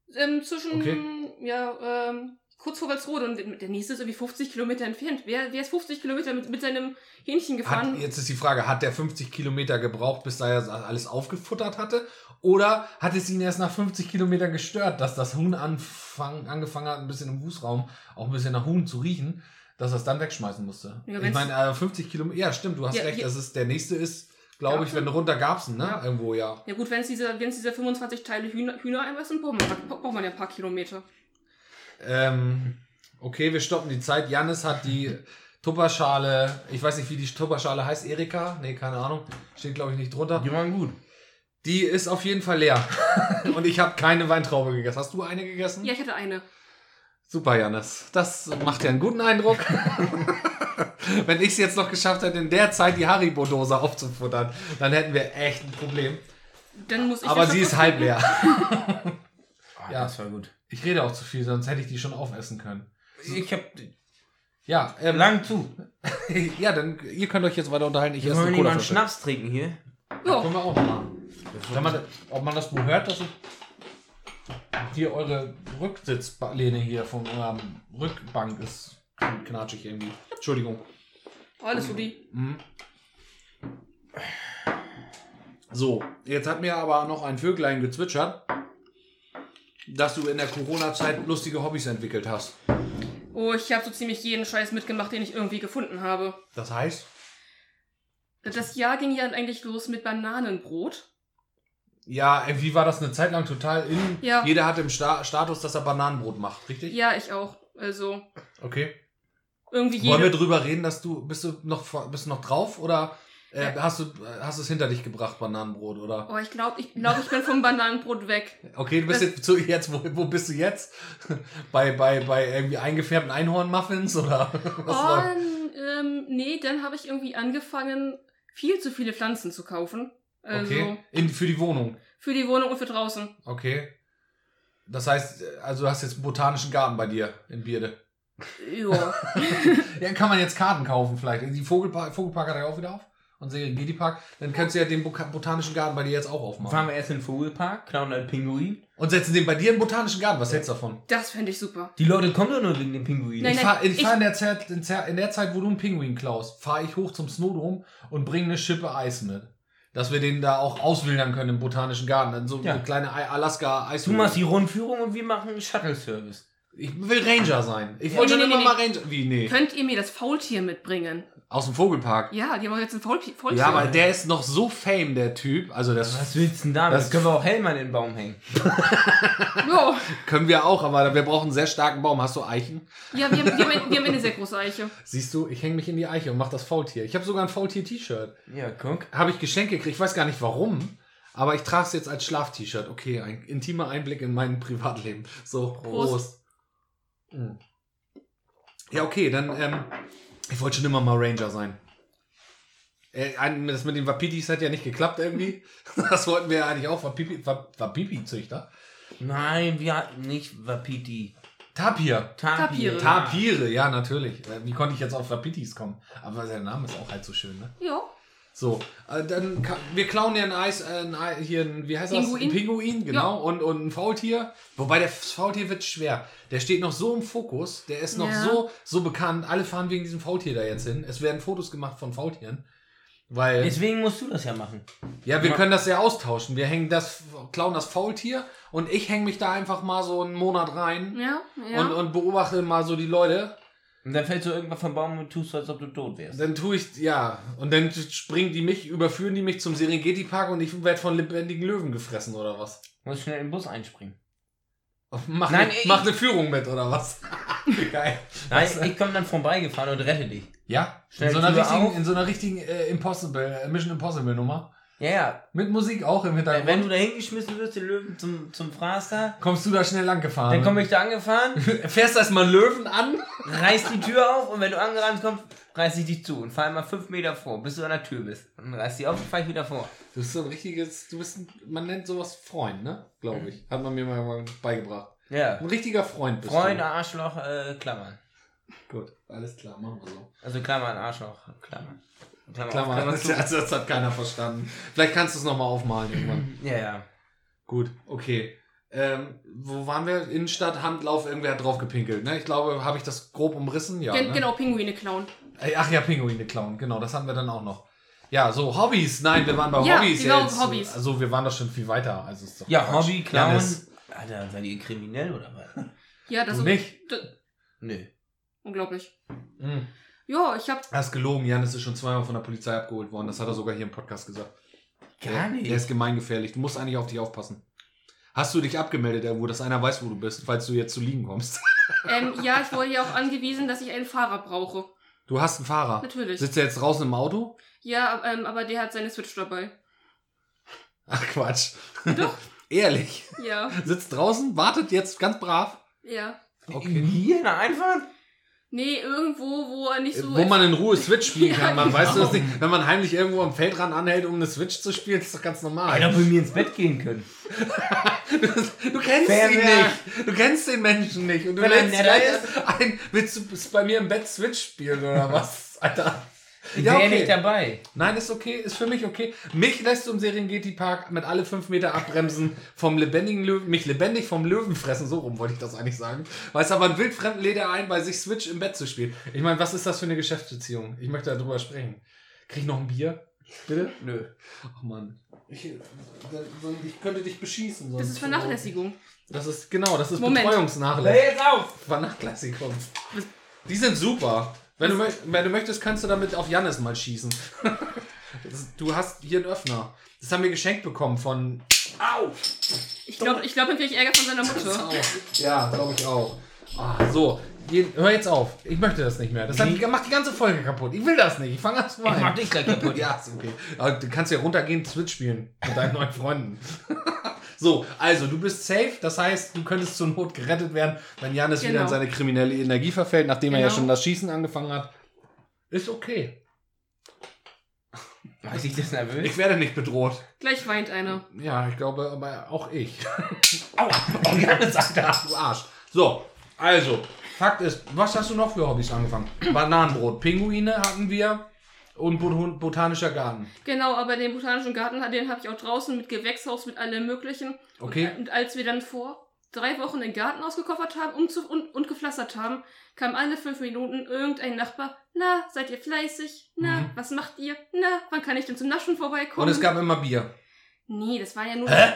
Kurz vor Walsrode und der nächste ist irgendwie 50 Kilometer entfernt. Wer ist 50 Kilometer mit seinem Hähnchen gefahren? Jetzt ist die Frage, hat der 50 Kilometer gebraucht, bis er alles aufgefuttert hatte? Oder hat es ihn erst nach 50 Kilometern gestört, dass das Huhn angefangen hat, ein bisschen im Fußraum auch ein bisschen nach Huhn zu riechen, dass er es dann wegschmeißen musste? Ja, ich meine, 50 Kilometer, ja stimmt, du hast recht, dass es der nächste ist, glaube ich, wenn runter gab's, ne? Ja. Irgendwo, ja. Ja gut, wenn es diese 25 Teile Hühner sind, braucht man ja ein paar Kilometer. Okay, wir stoppen die Zeit. Jannis hat die Tupperschale, ich weiß nicht, wie die Tupperschale heißt, Erika? Nee, keine Ahnung. Steht, glaube ich, nicht drunter. Die waren gut. Die ist auf jeden Fall leer. Und ich habe keine Weintraube gegessen. Hast du eine gegessen? Ja, ich hatte eine. Super, Jannis. Das macht ja einen guten Eindruck. Wenn ich es jetzt noch geschafft hätte, in der Zeit die Haribo-Dose aufzufuttern, dann hätten wir echt ein Problem. Dann muss ich Aber sie ist halb leer. Ja, das war gut. Ich rede auch zu viel, sonst hätte ich die schon aufessen können. Ich hab... Ja, lang zu. Ja, dann, ihr könnt euch jetzt weiter unterhalten. Ich esse eine Cola. Wollen wir einen Schnaps trinken hier? Ja. Können wir auch machen. Ob man das wo hört, dass hier eure Rücksitzlehne hier von eurem Rückbank ist knatschig irgendwie. Entschuldigung. Alles für die. Mhm. So, jetzt hat mir aber noch ein Vöglein gezwitschert, dass du in der Corona-Zeit lustige Hobbys entwickelt hast. Oh, ich habe so ziemlich jeden Scheiß mitgemacht, den ich irgendwie gefunden habe. Das heißt? Das Jahr ging ja eigentlich los mit Bananenbrot. Ja, wie war das eine Zeit lang total in? Ja. Jeder hat im Status, dass er Bananenbrot macht, richtig? Ja, ich auch. Also. Okay. Irgendwie Wollen wir drüber reden, dass bist du noch drauf oder hast du es hinter dich gebracht, Bananenbrot, oder? Oh, ich glaube, ich bin vom Bananenbrot weg. Okay, du bist wo bist du jetzt? bei irgendwie eingefärbten Einhornmuffins oder was? Nee, dann habe ich irgendwie angefangen, viel zu viele Pflanzen zu kaufen. Also okay. Für die Wohnung? Für die Wohnung und für draußen. Okay. Das heißt, also du hast jetzt einen botanischen Garten bei dir in Bierde. Ja. Ja, kann man jetzt Karten kaufen vielleicht. Die Vogelpark hat ja auch wieder auf. Und Serengeti-Park. Dann kannst du ja den botanischen Garten bei dir jetzt auch aufmachen. Fahren wir erst in den Vogelpark, klauen einen Pinguin. Und setzen den bei dir im botanischen Garten. Was hältst du davon? Das fände ich super. Die Leute kommen doch nur wegen dem Pinguin. Ich fahre in der Zeit, wo du einen Pinguin klaust, fahre ich hoch zum Snowdome und bringe eine Schippe Eis mit. Dass wir den da auch auswildern können im botanischen Garten. Dann so eine kleine Alaska-Eis. Du machst die Rundführung und wir machen Shuttle-Service. Ich will Ranger sein. Ich wollte schon immer mal Ranger... Wie, nee. Könnt ihr mir das Faultier mitbringen? Aus dem Vogelpark? Ja, die haben jetzt ein Faultier. Ja, aber der ist noch so fame, der Typ. Also das, was willst du denn da? Das können wir auch Hellmann in den Baum hängen. Ja. Können wir auch, aber wir brauchen einen sehr starken Baum. Hast du Eichen? Ja, wir haben eine sehr große Eiche. Siehst du, ich hänge mich in die Eiche und mach das Faultier. Ich habe sogar ein Faultier-T-Shirt. Ja, guck. Habe ich Geschenk gekriegt. Ich weiß gar nicht warum. Aber ich trage es jetzt als Schlaf-T-Shirt. Okay, ein intimer Einblick in mein Privatleben. So, Prost. Ja, okay, dann, ich wollte schon immer mal Ranger sein. Das mit den Wapitis hat ja nicht geklappt irgendwie. Das wollten wir ja eigentlich auch. Wapipi-Züchter? Nein, wir hatten nicht Wapiti. Tapire, ja, natürlich. Wie konnte ich jetzt auf Wapitis kommen? Aber der Name ist auch halt so schön, ne? Ja. So, dann wir klauen ja wie heißt das? Ein Pinguin, genau, ja. und ein Faultier. Wobei das Faultier wird schwer. Der steht noch so im Fokus, der ist noch so bekannt. Alle fahren wegen diesem Faultier da jetzt hin. Es werden Fotos gemacht von Faultieren. Weil, deswegen musst du das ja machen. Ja, wir können das ja austauschen. Wir klauen das Faultier und ich hänge mich da einfach mal so einen Monat rein und beobachte mal so die Leute. Und dann fällst du irgendwann vom Baum und tust so, als ob du tot wärst. Dann tue ich, ja. Und dann überführen die mich zum Serengeti-Park und ich werde von lebendigen Löwen gefressen, oder was? Du musst schnell in den Bus einspringen. Mach eine Führung mit, oder was? Geil. Nein, ich komme dann vorbeigefahren und rette dich. Ja? Schnell In so einer richtigen Mission Impossible Nummer. Ja. Mit Musik auch im Hintergrund. Wenn du da hingeschmissen wirst, den Löwen zum Fraß da. Kommst du da schnell angefahren? Dann komme ich da angefahren. Fährst erstmal einen Löwen an. Reiß die Tür auf und wenn du angerannt kommst, reiß ich dich zu und fahr mal 5 Meter vor, bis du an der Tür bist. Und dann reiß die auf und fahr ich wieder vor. Du bist so ein richtiges, man nennt sowas Freund, ne? Glaube ich. Hat man mir mal beigebracht. Ja. Ein richtiger Freund bist Freund, du. Arschloch, Klammern. Gut, alles klar, machen wir so. Also Klammern, Arschloch, Klammern. Klammer, das hat keiner verstanden. Vielleicht kannst du es nochmal aufmalen irgendwann. Ja. Gut, okay. Wo waren wir? Innenstadt, Handlauf, irgendwer hat drauf gepinkelt, ne? Ich glaube, habe ich das grob umrissen? Ja, ne? Genau, Pinguine klauen. Ach ja, Pinguine klauen, genau, das hatten wir dann auch noch. Ja, so Hobbys. Nein, wir waren bei Hobbys jetzt. Hobbys. Also wir waren doch schon viel weiter. Also ist doch Hobby, klauen. Alter, seid ihr kriminell oder was? Ja, das du nicht? Nö. Unglaublich. Mhm. Ja, ich hab... Er ist gelogen, Janis ist schon 2-mal von der Polizei abgeholt worden. Das hat er sogar hier im Podcast gesagt. Gar nicht. Der ist gemeingefährlich. Du musst eigentlich auf dich aufpassen. Hast du dich abgemeldet irgendwo, dass einer weiß, wo du bist, falls du jetzt zu liegen kommst? Ja, ich wurde ja auch angewiesen, dass ich einen Fahrer brauche. Du hast einen Fahrer? Natürlich. Sitzt er jetzt draußen im Auto? Ja, aber der hat seine Switch dabei. Ach Quatsch. Doch. Ehrlich? Ja. Sitzt draußen, wartet jetzt ganz brav? Ja. Okay. Hier in der Einfahrt? Nee, irgendwo, wo er nicht so... Wo man in Ruhe Switch spielen kann. Man genau. weiß das nicht. Wenn man heimlich irgendwo am Feldrand anhält, um eine Switch zu spielen, ist doch ganz normal. Hätte bei mir ins Bett gehen können. Du kennst ihn nicht. Du kennst den Menschen nicht. Und du willst du bei mir im Bett Switch spielen oder was? Alter. Ich wäre nicht dabei. Nein, ist okay, ist für mich okay. Mich lässt du im Serengeti-Park mit alle 5 Meter abbremsen, vom lebendigen Löwen, mich lebendig vom Löwen fressen, so rum wollte ich das eigentlich sagen. Weiß aber ein wildfremden Leder ein, bei sich Switch im Bett zu spielen. Ich meine, was ist das für eine Geschäftsbeziehung? Ich möchte darüber sprechen. Krieg ich noch ein Bier? Bitte? Nö. Ach Mann. Ich könnte dich beschießen. Sonst. Das ist Vernachlässigung. Das ist Moment. Betreuungsnachlässigung. Hör jetzt auf! Vernachlässigung. Die sind super. Wenn du möchtest, kannst du damit auf Jannis mal schießen. Du hast hier einen Öffner. Das haben wir geschenkt bekommen von... Au! Ich glaube, dann kriege ich Ärger von seiner Mutter. Ja, glaube ich auch. So, hör jetzt auf. Ich möchte das nicht mehr. Das macht die ganze Folge kaputt. Ich will das nicht. Ich fange an zu weinen. Ich mach dich gleich kaputt. Ja, ist okay. Aber du kannst ja runtergehen, Switch spielen. Mit deinen neuen Freunden. So, also du bist safe, das heißt, du könntest zur Not gerettet werden, wenn Jannis wieder in seine kriminelle Energie verfällt, nachdem er ja schon das Schießen angefangen hat. Ist okay. Weiß ich das nervös? Ich werde nicht bedroht. Gleich weint einer. Ja, ich glaube, aber auch ich. Aua, Jannis, Alter, du Arsch. So, also, Fakt ist, was hast du noch für Hobbys angefangen? Bananenbrot, Pinguine hatten wir. Und botanischer Garten. Genau, aber den botanischen Garten, den habe ich auch draußen mit Gewächshaus, mit allem möglichen. Okay. Und als wir dann vor 3 Wochen den Garten ausgekoffert haben und gepflastert haben, kam alle 5 Minuten irgendein Nachbar. Na, seid ihr fleißig? Na, was macht ihr? Na, wann kann ich denn zum Naschen vorbeikommen? Und es gab immer Bier. Nee, das war ja nur... Ja,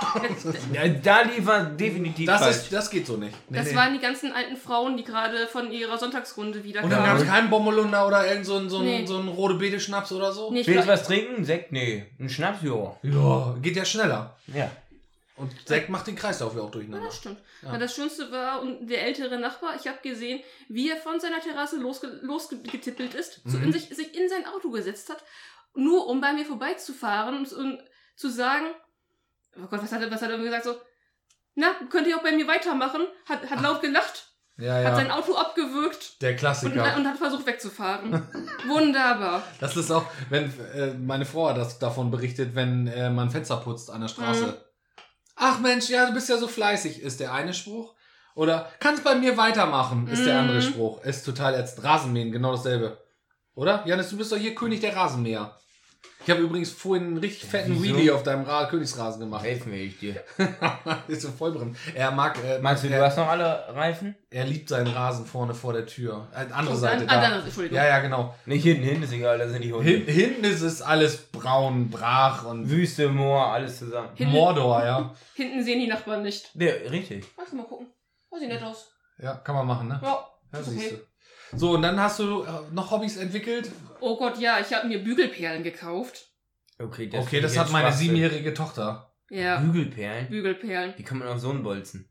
da lief er definitiv falsch. Das geht so nicht. Das waren die ganzen alten Frauen, die gerade von ihrer Sonntagsrunde wieder kamen. Und dann gab es keinen Bommelunder oder irgend so einen rote Beete Schnaps oder so? Nee, willst du was trinken? Sekt? Nee. Ein Schnaps? Ja. Ja, geht ja schneller. Ja. Und Sekt macht den Kreislauf ja auch Ja, durcheinander. das stimmt. Ja. Das Schönste war, und der ältere Nachbar, ich habe gesehen, wie er von seiner Terrasse losgetippelt ist, sich in sein Auto gesetzt hat, nur um bei mir vorbeizufahren und zu sagen, oh Gott, was hat er gesagt? So, na, könnt ihr auch bei mir weitermachen? Hat laut gelacht, hat sein Auto abgewürgt. Der Klassiker. Und hat versucht wegzufahren. Wunderbar. Das ist auch, wenn meine Frau hat davon berichtet, wenn man Fenster putzt an der Straße. Ach Mensch, ja, du bist ja so fleißig, ist der eine Spruch. Oder kannst bei mir weitermachen, ist der andere Spruch. Ist total ätzend. Rasenmähen, genau dasselbe. Oder? Janis, du bist doch hier König der Rasenmäher. Ich habe übrigens vorhin einen richtig fetten Wheelie auf deinem Königsrasen gemacht. Helfen will ich dir. Ist so vollbrennen. Er mag... Meinst du, du hast noch alle Reifen? Er liebt seinen Rasen vorne vor der Tür. Andere Seite Entschuldigung. Ja, genau. Nicht hinten ist egal, da sind die Hunde. Hinten ist es alles braun, brach und... Wüste, Moor, alles zusammen. Mordor, ja. Hinten sehen die Nachbarn nicht. Ja, richtig. Lass mal gucken. Oh, sieht nett aus. Ja, kann man machen, ne? Ja, siehst du. So, und dann hast du noch Hobbys entwickelt? Oh Gott, ja, ich habe mir Bügelperlen gekauft. Okay, das hat meine 7-jährige Tochter. Ja. Bügelperlen? Bügelperlen. Die kann man auch so bolzen.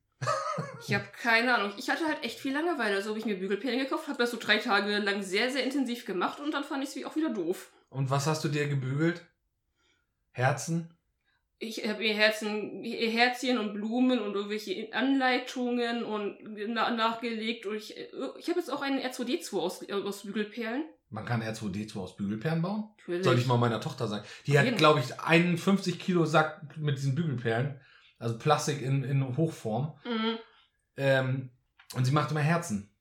Ich habe keine Ahnung. Ich hatte halt echt viel Langeweile. Also habe ich mir Bügelperlen gekauft, habe das so 3 Tage lang sehr, sehr intensiv gemacht und dann fand ich es auch wieder doof. Und was hast du dir gebügelt? Herzen? Ich habe ihr Herzchen und Blumen und irgendwelche Anleitungen und nachgelegt. Und ich habe jetzt auch einen R2D2 aus Bügelperlen. Man kann R2D2 aus Bügelperlen bauen? Natürlich. Soll ich mal meiner Tochter sagen. Die hat, glaube ich, einen 50 Kilo Sack mit diesen Bügelperlen. Also Plastik in Hochform. Mhm. Und sie macht immer Herzen.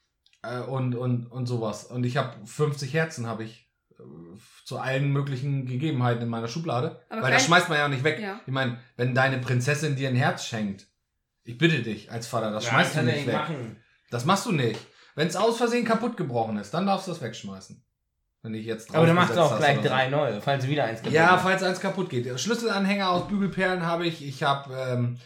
Und sowas. Und ich habe 50 Herzen, habe ich zu allen möglichen Gegebenheiten in meiner Schublade. Aber weil das schmeißt man ja nicht weg. Ja. Ich meine, wenn deine Prinzessin dir ein Herz schenkt, ich bitte dich als Vater, das schmeißt du nicht weg. Machen. Das machst du nicht. Wenn es aus Versehen kaputt gebrochen ist, dann darfst du das wegschmeißen. Wenn ich jetzt drauf. Aber du machst auch gleich 3 neue, falls wieder eins kaputt geht. Ja, falls eins kaputt geht. Schlüsselanhänger aus Bügelperlen habe ich. Ich habe...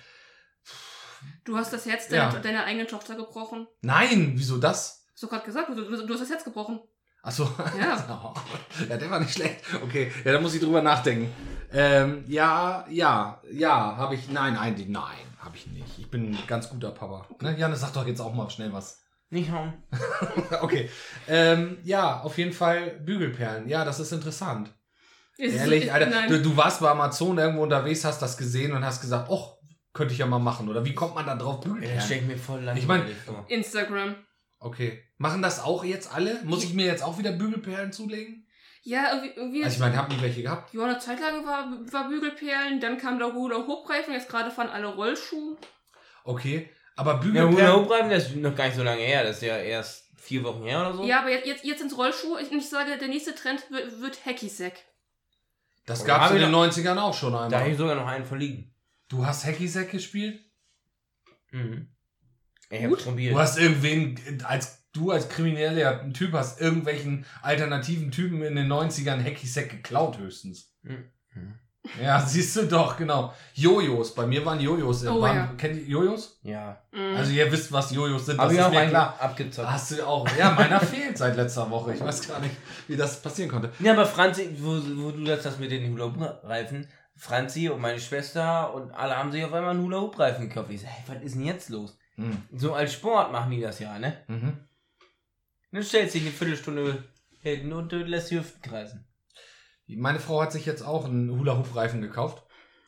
du hast das Herz deiner eigenen Tochter gebrochen. Nein, wieso das? Hast du gerade gesagt, du hast das Herz gebrochen. Achso. Ja. Ja, der war nicht schlecht. Okay, ja, da muss ich drüber nachdenken. Ja, habe ich... Nein, habe ich nicht. Ich bin ein ganz guter Papa. Ne? Janne, sag doch jetzt auch mal schnell was. Nicht hauen. Okay. Ja, auf jeden Fall Bügelperlen. Ja, das ist interessant. Ehrlich, Alter, du warst bei Amazon irgendwo unterwegs, hast das gesehen und hast gesagt, könnte ich ja mal machen. Oder wie kommt man da drauf, Bügelperlen? Das stelle ich mir voll lang. Ich meine, Instagram. Okay. Machen das auch jetzt alle? Muss ich mir jetzt auch wieder Bügelperlen zulegen? Ja, irgendwie. Also ich meine, ich habe nie welche gehabt. Ja, eine Zeit lang war Bügelperlen, dann kam der Hula-Hoop-Reifen, jetzt gerade fahren alle Rollschuhe. Okay, aber Bügelperlen... Ja, Hula-Hoop-Reifen, das ist noch gar nicht so lange her, das ist ja erst 4 Wochen her oder so. Ja, aber jetzt sind Rollschuhe, ich sage, der nächste Trend wird Hacky-Sack. Das gab es in den 90ern auch schon einmal. Da habe ich sogar noch einen verliehen. Du hast Hacky-Sack gespielt? Mhm. Ich hab's probiert. Du hast irgendwen, als krimineller Typ hast irgendwelchen alternativen Typen in den 90ern Hacky-Sack geklaut höchstens. Mhm. Ja, siehst du doch, genau. Jojos, bei mir waren Jojos. Kennt ihr Jojos? Ja. Also ihr wisst, was Jojos sind, das ist mir klar. Abgezockt. Hast du auch. Ja, meiner fehlt seit letzter Woche. Ich weiß gar nicht, wie das passieren konnte. Ja, aber Franzi, wo du das mit den Hula-Hoop-Reifen, Franzi und meine Schwester und alle haben sich auf einmal einen Hula-Hoop-Reifen gekauft. Ich sag, hey, was ist denn jetzt los? So als Sport machen die das ja, ne? Mhm. Dann stellst du dich eine Viertelstunde hinten und du lässt die Hüften kreisen. Meine Frau hat sich jetzt auch einen Hula-Hoop-Reifen gekauft.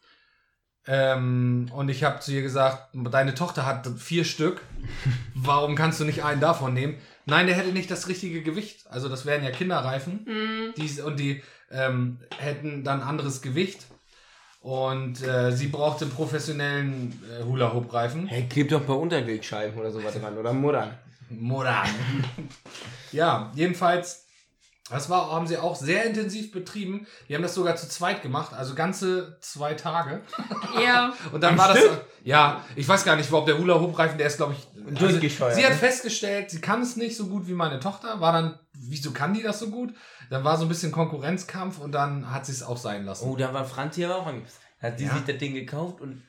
Und ich habe zu ihr gesagt, deine Tochter hat 4 Stück. Warum kannst du nicht einen davon nehmen? Nein, der hätte nicht das richtige Gewicht. Also das wären ja Kinderreifen. Die hätten dann anderes Gewicht. Und sie brauchte einen professionellen Hula-Hoop-Reifen. Hey, klebt doch ein paar Unterwegscheiben oder sowas dran. Oder Muddern. Ja, jedenfalls, haben sie auch sehr intensiv betrieben. Die haben das sogar zu zweit gemacht, also ganze 2 Tage. Ja. Und dann war das... Ja, ich weiß gar nicht, ob der Hula-Hoop-Reifen, der ist, glaube ich... durchgescheuert. Sie hat festgestellt, sie kann es nicht so gut wie meine Tochter. War dann, wieso kann die das so gut? Dann war so ein bisschen Konkurrenzkampf und dann hat sie es auch sein lassen. Oh, da war Franzi aber auch angepisst. Hat die sich das Ding gekauft und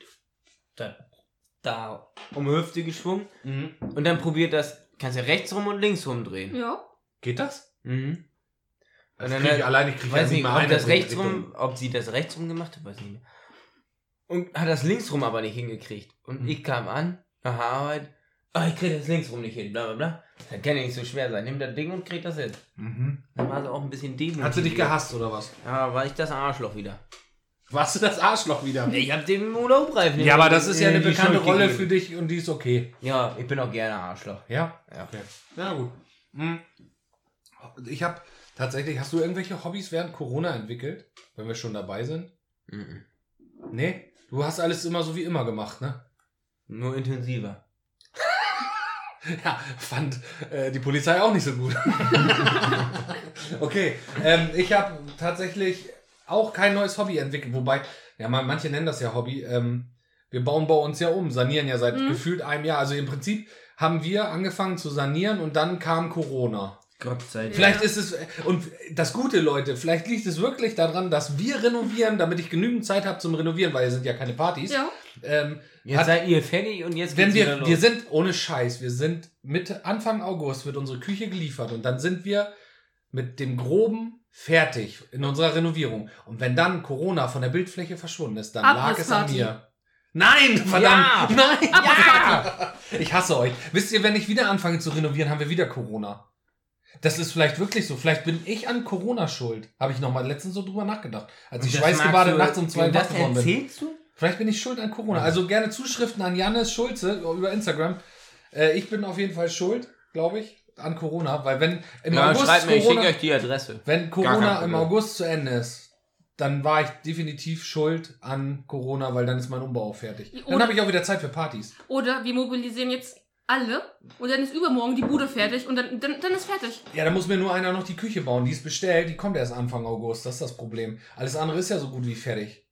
da um die Hüfte geschwungen. Mhm. Und dann probiert das... Kannst ja rechts rum und links rum drehen. Ja. Geht das? Mhm. Und dann ich weiß nicht mehr, ob sie das rechts rum gemacht hat, weiß ich nicht mehr. Und hat das links rum aber nicht hingekriegt. Und ich kam an, nach der Arbeit, ich krieg das links rum nicht hin, bla bla bla. Das kann ja nicht so schwer sein. Nimm das Ding und krieg das hin. Mhm. Dann war sie auch ein bisschen demotiviert. Hat sie dich gehasst oder was? Ja, war ich das Arschloch wieder. Warst du das Arschloch wieder? Ich hab den Hula-Hoop-Reifen. Ja, aber das ist ja eine bekannte Rolle für dich und die ist okay. Ja, ich bin auch gerne Arschloch. Ja? Ja. Okay. Ja, gut. Ich habe tatsächlich, hast du irgendwelche Hobbys während Corona entwickelt? Wenn wir schon dabei sind? Mhm. Nee? Du hast alles immer so wie immer gemacht, ne? Nur intensiver. Ja, fand die Polizei auch nicht so gut. Okay, ich habe tatsächlich auch kein neues Hobby entwickelt, wobei, ja, manche nennen das ja Hobby. Wir bauen bei uns ja um, sanieren ja seit gefühlt einem Jahr. Also im Prinzip haben wir angefangen zu sanieren und dann kam Corona. Gott sei Dank. Vielleicht ist es, und das Gute, Leute, vielleicht liegt es wirklich daran, dass wir renovieren, damit ich genügend Zeit habe zum Renovieren, weil es sind ja keine Partys. Ja. Jetzt seid ihr fertig und jetzt geht's wieder los. Wir sind, ohne Scheiß, wir sind Anfang August wird unsere Küche geliefert und dann sind wir mit dem Groben fertig in unserer Renovierung. Und wenn dann Corona von der Bildfläche verschwunden ist, dann lag es an mir. Nein, verdammt. Ja. Nein. Ja. Ich hasse euch. Wisst ihr, wenn ich wieder anfange zu renovieren, haben wir wieder Corona. Das ist vielleicht wirklich so. Vielleicht bin ich an Corona schuld. Habe ich noch mal letztens so drüber nachgedacht. Als ich schweißgebadet nachts um 2 wach geworden bin. Erzählst du? Vielleicht bin ich schuld an Corona. Also gerne Zuschriften an Jannis Schulze über Instagram. Ich bin auf jeden Fall schuld, glaube ich, an Corona. Weil wenn im August schreibt mir, Corona, ich schicke euch die Adresse. wenn Corona im August zu Ende ist, dann war ich definitiv schuld an Corona, weil dann ist mein Umbau auch fertig. Dann habe ich auch wieder Zeit für Partys. Oder wir mobilisieren jetzt alle und dann ist übermorgen die Bude fertig und dann ist fertig. Ja, da muss mir nur einer noch die Küche bauen. Die ist bestellt, die kommt erst Anfang August. Das ist das Problem. Alles andere ist ja so gut wie fertig.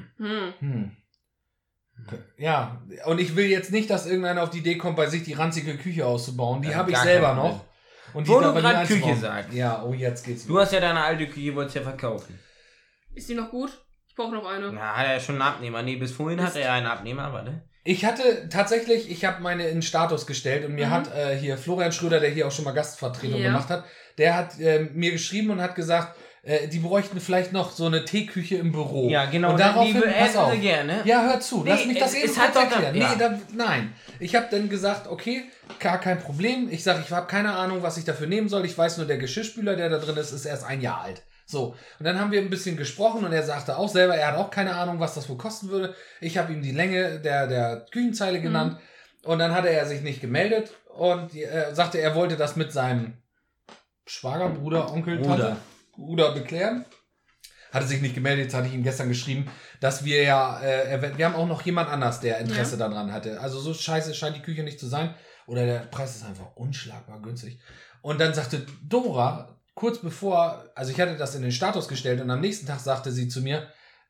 Ja, und ich will jetzt nicht, dass irgendeiner auf die Idee kommt, bei sich die ranzige Küche auszubauen. Die habe ich selber noch. Und wo du gerade Küche sagst. Ja, jetzt geht's. Du hast ja deine alte Küche, wolltest ja verkaufen. Ist die noch gut? Ich brauche noch eine. Na, hat er schon einen Abnehmer. Nee, bis vorhin hatte er einen Abnehmer, warte. Ich hatte tatsächlich, ich habe meine in Status gestellt und mir hat hier Florian Schröder, der hier auch schon mal Gastvertretung gemacht hat, der hat mir geschrieben und hat gesagt, die bräuchten vielleicht noch so eine Teeküche im Büro. Ja, genau. Und daraufhin, pass auf. Gerne. Ja, hör zu, lass mich das eben kurz erklären. Ja. Nein. Ich habe dann gesagt, okay, gar kein Problem. Ich sage, ich habe keine Ahnung, was ich dafür nehmen soll. Ich weiß nur, der Geschirrspüler, der da drin ist, ist erst 1 Jahr alt. So, und dann haben wir ein bisschen gesprochen und er sagte auch selber, er hat auch keine Ahnung, was das wohl kosten würde. Ich habe ihm die Länge der Küchenzeile genannt und dann hatte er sich nicht gemeldet und sagte, er wollte das mit seinem Schwager, Bruder, Onkel, Tante, Bruder beklären. Hatte sich nicht gemeldet, jetzt hatte ich ihm gestern geschrieben, dass wir ja, wir haben auch noch jemand anders, der Interesse daran hatte. Also so scheiße scheint die Küche nicht zu sein oder der Preis ist einfach unschlagbar günstig. Und dann sagte Dora, kurz bevor, also ich hatte das in den Status gestellt und am nächsten Tag sagte sie zu mir,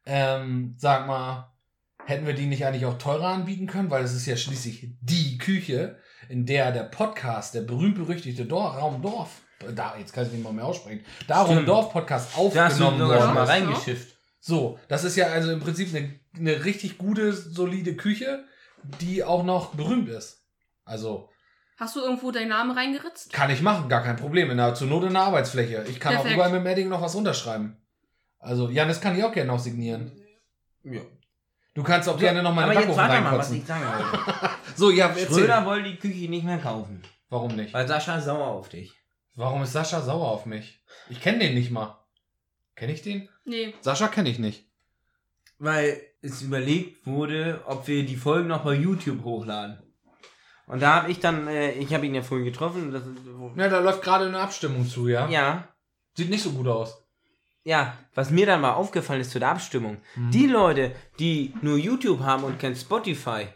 sag mal, hätten wir die nicht eigentlich auch teurer anbieten können, weil es ist ja schließlich die Küche, in der der Podcast, der berühmt-berüchtigte Raum Dorf, jetzt kann ich nicht mal mehr aussprechen, Darum Dorf Podcast aufgenommen worden. Da hast du mal reingeschifft. So, das ist ja also im Prinzip eine richtig gute, solide Küche, die auch noch berühmt ist. Also... Hast du irgendwo deinen Namen reingeritzt? Kann ich machen, gar kein Problem. Zur Not in der Arbeitsfläche. Ich kann auch überall mit dem Edding noch was unterschreiben. Also, Jannis kann ich auch gerne noch signieren. Ja. Du kannst auch gerne noch meine Backofen reinkotzen. Was ich sagen wollte. So, ja, Schröder wollte die Küche nicht mehr kaufen. Warum nicht? Weil Sascha ist sauer auf dich. Warum ist Sascha sauer auf mich? Ich kenne den nicht mal. Kenne ich den? Nee. Sascha kenne ich nicht. Weil es überlegt wurde, ob wir die Folgen noch bei YouTube hochladen. Und da habe ich dann, ich habe ihn ja vorhin getroffen. Ja, da läuft gerade eine Abstimmung zu, ja? Ja. Sieht nicht so gut aus. Ja, was mir dann mal aufgefallen ist zu der Abstimmung. Die Leute, die nur YouTube haben und kein Spotify,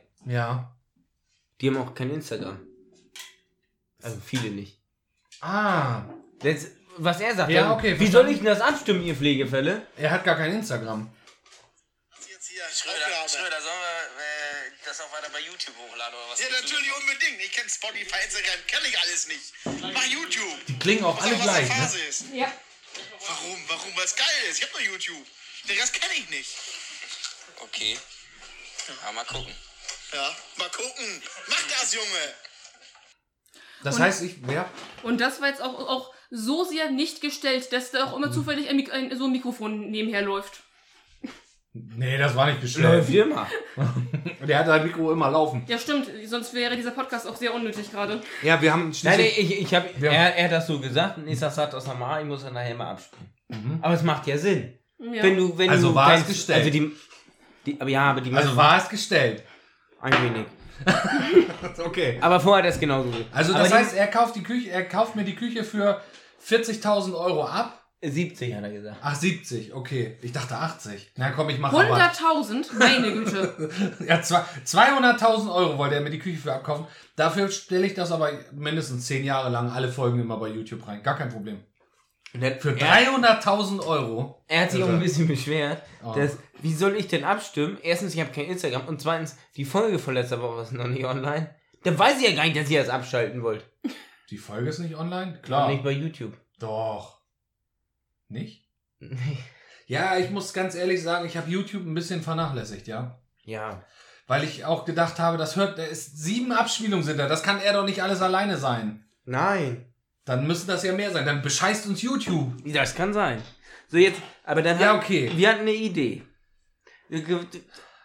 die haben auch kein Instagram. Also viele nicht. Was er sagt, ja, okay, wie soll ich denn das abstimmen, ihr Pflegefälle? Er hat gar kein Instagram. Schröder, sollen wir das auch weiter bei YouTube hochladen oder was? Ja, natürlich unbedingt. Ich kenne Spotify, Instagram, kenne ich alles nicht. Mach YouTube. Die klingen auch alle gleich, ne? Ist. Ja. Warum? Weil es geil ist. Ich hab nur YouTube. Den Rest kenne ich nicht. Okay. Ja, mal gucken. Ja, mal gucken. Mach das, Junge. Das heißt, Und das war jetzt auch so sehr nicht gestellt, dass da auch immer zufällig so ein Mikrofon nebenher läuft. Nee, das war nicht gestellt. Läuft immer. Der hat sein Mikro immer laufen. Ja, stimmt, sonst wäre dieser Podcast auch sehr unnötig gerade. Ja, wir haben schließlich... Er hat das so gesagt und ich sag das nochmal, ich muss dann nachher mal abspielen. Aber es macht ja Sinn. Ja. Wenn also du war es gestellt. Also war es gestellt. Ein wenig. Okay. Aber vorher das genauso gut. Also das heißt, er kauft mir die Küche für 40.000 Euro ab. 70 hat er gesagt. Ach, 70, okay. Ich dachte 80. Na komm, ich mache 100.000? Meine Güte. Ja, 200.000 Euro wollte er mir die Küche für abkaufen. Dafür stelle ich das aber mindestens 10 Jahre lang alle Folgen immer bei YouTube rein. Gar kein Problem. Für 300.000 Euro. Er hat sich auch ein bisschen beschwert. Wie soll ich denn abstimmen? Erstens, ich habe kein Instagram. Und zweitens, die Folge von letzter Woche ist noch nicht online. Dann weiß ich ja gar nicht, dass ihr das abschalten wollt. Die Folge ist nicht online? Klar. Und nicht bei YouTube. Doch. Nicht? Ja, ich muss ganz ehrlich sagen, ich habe YouTube ein bisschen vernachlässigt, ja? Ja. Weil ich auch gedacht habe, 7 Abspielungen sind da. Das kann er doch nicht alles alleine sein. Nein. Dann müssen das ja mehr sein. Dann bescheißt uns YouTube. Das kann sein. So jetzt, aber dann okay. Wir hatten eine Idee.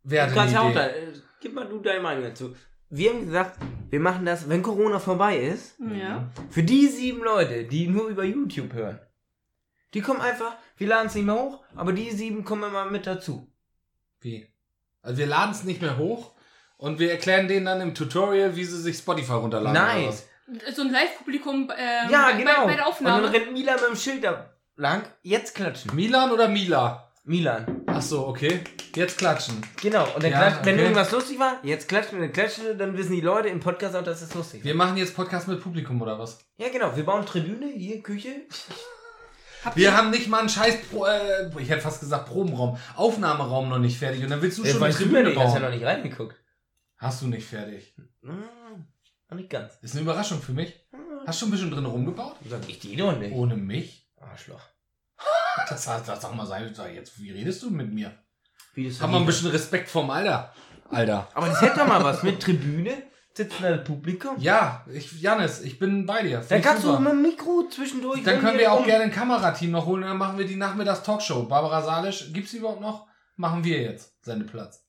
Wäre eine Idee. Gib mal du deine Meinung dazu. Wir haben gesagt, wir machen das, wenn Corona vorbei ist. Ja. Für die 7 Leute, die nur über YouTube hören. Die kommen einfach, wir laden es nicht mehr hoch, aber die 7 kommen immer mit dazu. Wie? Also wir laden es nicht mehr hoch und wir erklären denen dann im Tutorial, wie sie sich Spotify runterladen. Nein. So ein Live-Publikum ja, genau. bei der Aufnahme. Und dann rennt Milan mit dem Schild da lang. Jetzt klatschen. Milan oder Mila? Milan. Ach so, okay. Jetzt klatschen. Genau. Und dann klatschen, wenn irgendwas lustig war, jetzt klatschen, dann wissen die Leute im Podcast auch, dass es lustig war. Wir machen jetzt Podcast mit Publikum oder was? Ja, genau. Wir bauen Tribüne, hier, Küche. Wir haben nicht mal einen scheiß, ich hätte fast gesagt Probenraum, Aufnahmeraum noch nicht fertig und dann willst du schon eine Tribüne bauen. Hast ja noch nicht reingeguckt. Hast du nicht fertig? Noch nicht ganz. Ist eine Überraschung für mich. Hast du schon ein bisschen drin rumgebaut? Sag ich die doch nicht. Ohne mich? Arschloch. Das sag mal sein, jetzt, wie redest du mit mir? Haben wir ein bisschen Respekt vorm Alter. Aber das hätte doch mal was mit Tribüne. Sitzen da das Publikum? Ja, Janis, ich bin bei dir. Dann kannst du mit dem Mikro zwischendurch. Dann können wir auch gerne ein Kamerateam noch holen und dann machen wir die Nachmittags-Talkshow. Barbara Salisch, gibt's die überhaupt noch? Machen wir jetzt. Sendeplatz.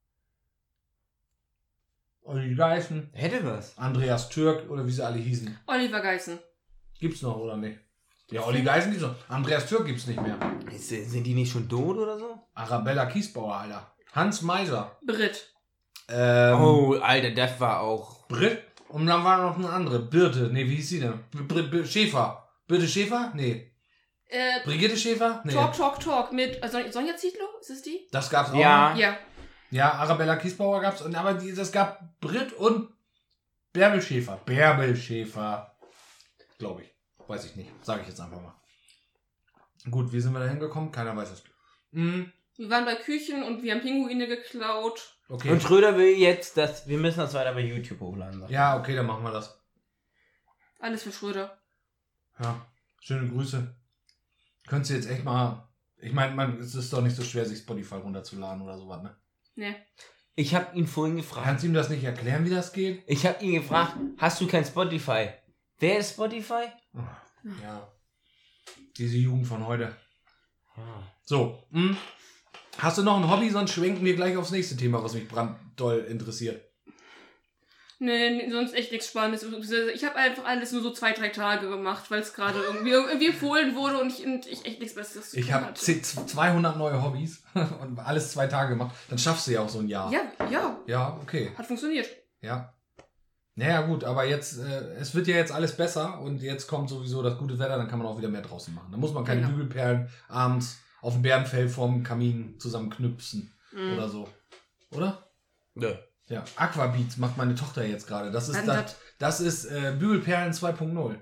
Olli Geißen. Hätte was. Andreas Türk oder wie sie alle hießen. Oliver Geißen. Gibt's noch oder nicht? Ja, Olli Geißen gibt's noch. Andreas Türk gibt's nicht mehr. Sind die nicht schon tot oder so? Arabella Kiesbauer, Alter. Hans Meiser. Britt. Oh, Alter, das war auch... Britt? Und dann war noch eine andere. Birte. Nee, wie hieß sie denn? Schäfer. Birte Schäfer? Nee. Brigitte Schäfer? Nee. Talk. Mit Sonja Zietlow? Ist es die? Das gab's auch. Ja. Ja, Arabella Kiesbauer gab's. Aber das gab Britt und Bärbel Schäfer. Glaube ich. Weiß ich nicht. Sage ich jetzt einfach mal. Gut, wie sind wir da hingekommen? Keiner weiß es. Wir waren bei Küchen und wir haben Pinguine geklaut. Okay. Und Schröder will jetzt, wir müssen das weiter bei YouTube hochladen. Ja, okay, dann machen wir das. Alles für Schröder. Ja, schöne Grüße. Könntest du jetzt echt mal... Ich meine, es ist doch nicht so schwer, sich Spotify runterzuladen oder sowas, ne? Nee. Ich habe ihn vorhin gefragt. Kannst du ihm das nicht erklären, wie das geht? Ich habe ihn gefragt, hast du kein Spotify? Wer ist Spotify? Ja. Diese Jugend von heute. Ja. So, hast du noch ein Hobby, sonst schwenken wir gleich aufs nächste Thema, was mich branddoll interessiert. Nee, sonst echt nichts Spannendes. Ich habe einfach alles nur so 2-3 Tage gemacht, weil es gerade irgendwie empfohlen wurde und ich echt nichts Besseres zu tun hatte. Ich habe 200 neue Hobbys und alles 2 Tage gemacht. Dann schaffst du ja auch so ein Jahr. Ja. Ja, okay. Hat funktioniert. Ja. Naja, gut, aber jetzt, es wird ja jetzt alles besser und jetzt kommt sowieso das gute Wetter, dann kann man auch wieder mehr draußen machen. Da muss man keine Bügelperlen abends auf dem Bärenfell vorm Kamin zusammenknüpfen oder so. Oder? Ja. Ja, Aquabeats macht meine Tochter jetzt gerade. Das ist Bügelperlen 2.0.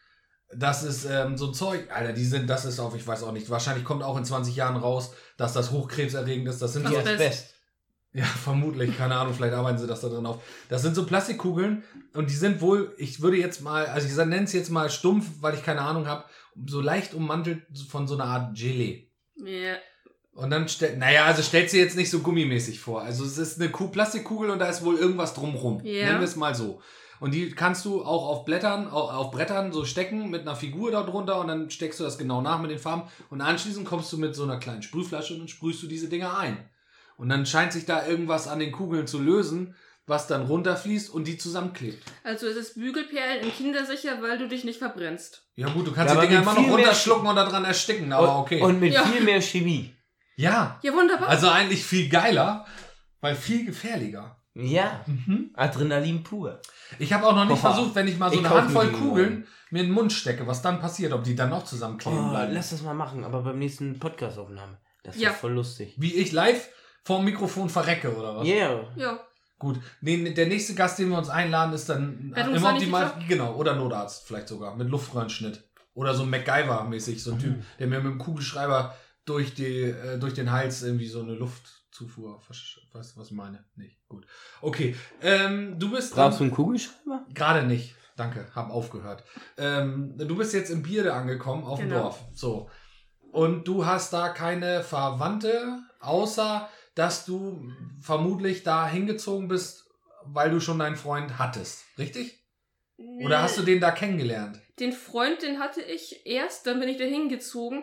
Das ist so ein Zeug, Alter, das ist ich weiß auch nicht, wahrscheinlich kommt auch in 20 Jahren raus, dass das hochkrebserregend ist. Das sind die Asbest. Ja, vermutlich, keine Ahnung, vielleicht arbeiten sie das da drin auf. Das sind so Plastikkugeln und die sind wohl, ich würde jetzt mal, also ich nenne es jetzt mal stumpf, weil ich keine Ahnung habe, so leicht ummantelt von so einer Art Gelee. Ja. Und dann stellt sie jetzt nicht so gummimäßig vor. Also es ist eine Plastikkugel und da ist wohl irgendwas drumrum. Ja. Nennen wir es mal so. Und die kannst du auch auf Brettern so stecken mit einer Figur da drunter und dann steckst du das genau nach mit den Farben und anschließend kommst du mit so einer kleinen Sprühflasche und dann sprühst du diese Dinger ein. Und dann scheint sich da irgendwas an den Kugeln zu lösen, was dann runterfließt und die zusammenklebt. Also es ist Bügelperlen in kindersicher, weil du dich nicht verbrennst. Ja gut, du kannst die Dinger immer noch runterschlucken und da dran ersticken, aber okay. Und mit viel mehr Chemie. Ja. Ja, wunderbar. Also eigentlich viel geiler, weil viel gefährlicher. Ja. Adrenalin pur. Ich habe auch noch nicht versucht, wenn ich mal so eine Handvoll Kugeln mir in den Mund stecke, was dann passiert, ob die dann noch zusammenkleben bleiben. Lass das mal machen, aber beim nächsten Podcast-Aufnahme. Das ist voll lustig. Wie ich live vorm Mikrofon verrecke, oder was? Yeah. Ja. Gut. Der nächste Gast, den wir uns einladen, ist dann im Optimal, genau, oder Notarzt vielleicht sogar, mit Luftröhrenschnitt. Oder so MacGyver-mäßig, so ein Typ, der mir mit dem Kugelschreiber durch den Hals irgendwie so eine Luftzufuhr, weißt du, was ich meine? Nicht. Gut. Okay. Du bist... Brauchst du einen Kugelschreiber? Gerade nicht. Danke, hab aufgehört. Du bist jetzt in Bierde angekommen, auf dem Dorf. So. Und du hast da keine Verwandte, außer dass du vermutlich da hingezogen bist, weil du schon deinen Freund hattest. Richtig? Nee. Oder hast du den da kennengelernt? Den Freund, den hatte ich erst, dann bin ich da hingezogen.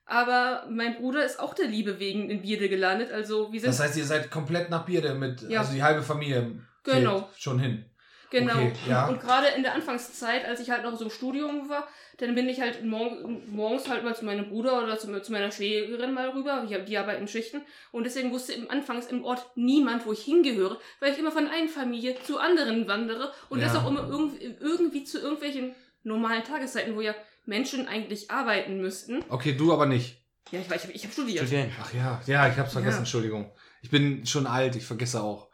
Aber mein Bruder ist auch der Liebe wegen in Bierde gelandet. Also wir sind. Das heißt, ihr seid komplett nach Bierde also die halbe Familie schon hin. Genau. Okay, ja. Und gerade in der Anfangszeit, als ich halt noch so im Studium war, dann bin ich halt morgens halt mal zu meinem Bruder oder zu meiner Schwägerin mal rüber. Die arbeiten in Schichten. Und deswegen wusste anfangs im Ort niemand, wo ich hingehöre, weil ich immer von einer Familie zu anderen wandere. Und das auch immer irgendwie zu irgendwelchen normalen Tageszeiten, wo ja Menschen eigentlich arbeiten müssten. Okay, du aber nicht. Ja, ich hab studiert. Ach ja, ich hab's vergessen, Entschuldigung. Ich bin schon alt, ich vergesse auch.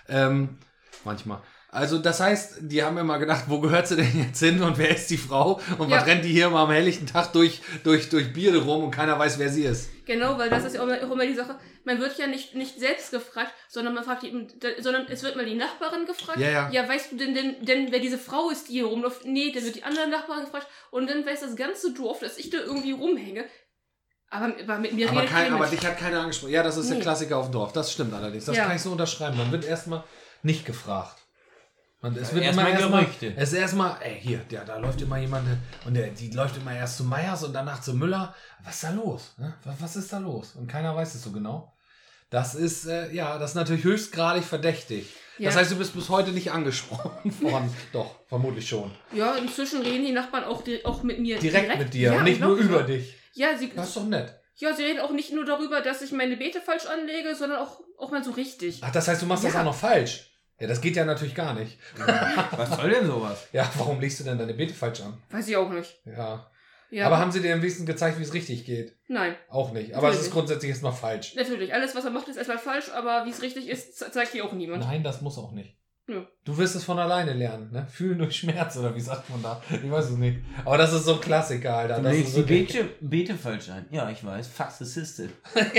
Manchmal. Also das heißt, die haben immer gedacht, wo gehört sie denn jetzt hin und wer ist die Frau? Und was rennt die hier immer am helllichten Tag durch Bierde rum und keiner weiß, wer sie ist. Genau, weil das ist ja auch immer die Sache, man wird ja nicht selbst gefragt, sondern man fragt sondern es wird mal die Nachbarin gefragt. Ja, weißt du denn wer diese Frau ist, die hier rumläuft? Nee, dann wird die andere Nachbarin gefragt und dann weiß das ganze Dorf, dass ich da irgendwie rumhänge. Aber mit mir redet kein Mensch. Aber dich hat keiner angesprochen. Ja, das ist der Klassiker auf dem Dorf. Das stimmt allerdings. Das kann ich so unterschreiben. Man wird erstmal nicht gefragt. Und es wird erstmal, da läuft immer jemand und die läuft immer erst zu Meyers und danach zu Müller. Was ist da los? Ne? Was ist da los? Und keiner weiß es so genau. Das ist, das ist natürlich höchstgradig verdächtig. Ja. Das heißt, du bist bis heute nicht angesprochen worden. Doch, vermutlich schon. Ja, inzwischen reden die Nachbarn auch mit mir. Direkt mit dir und nicht nur über dich. Ja, das ist doch nett. Ja, sie reden auch nicht nur darüber, dass ich meine Beete falsch anlege, sondern auch mal so richtig. Ach, das heißt, du machst das auch noch falsch? Ja, das geht ja natürlich gar nicht. Was soll denn sowas? Ja, warum legst du denn deine Beete falsch an? Weiß ich auch nicht. Ja. Aber haben sie dir am wenigsten gezeigt, wie es richtig geht? Nein. Auch nicht. Aber es ist grundsätzlich erstmal falsch. Natürlich. Alles, was er macht, ist erstmal falsch, aber wie es richtig ist, zeigt dir auch niemand. Nein, das muss auch nicht. Ja. Du wirst es von alleine lernen, ne? Fühlen durch Schmerz, oder wie sagt man da? Ich weiß es nicht. Aber das ist so ein Klassiker, Alter. Du legst die Beete falsch ein. Ja, ich weiß. Fast assisted.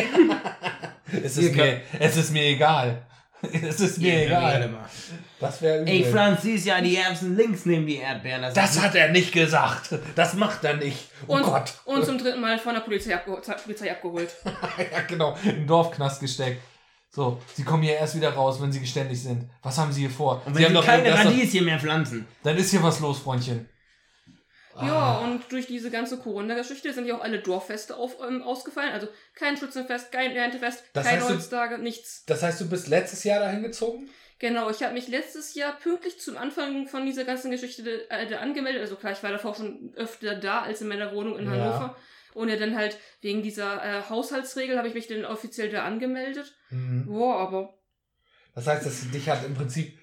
Es ist mir egal. Es ist mir egal. Das wäre übel. Ey, Franz, siehst ja die Erbsen links neben die Erdbeeren. Das hat er nicht gesagt. Das macht er nicht. Oh Gott. Und zum dritten Mal von der Polizei abgeholt. Ja, genau. Im Dorfknast gesteckt. So, sie kommen hier erst wieder raus, wenn sie geständig sind. Was haben sie hier vor? Und wenn sie keine Radieschen mehr pflanzen. Dann ist hier was los, Freundchen. Ja, und durch diese ganze Corona-Geschichte sind ja auch alle Dorffeste ausgefallen. Also kein Schützenfest, kein Erntefest, kein Holztage, nichts. Das heißt, du bist letztes Jahr dahin gezogen? Genau, ich habe mich letztes Jahr pünktlich zum Anfang von dieser ganzen Geschichte angemeldet. Also klar, ich war davor schon öfter da als in meiner Wohnung in Hannover. Und ja, dann halt wegen dieser Haushaltsregel habe ich mich dann offiziell da angemeldet. Mhm. Boah, aber... Das heißt, dass dich hat im Prinzip,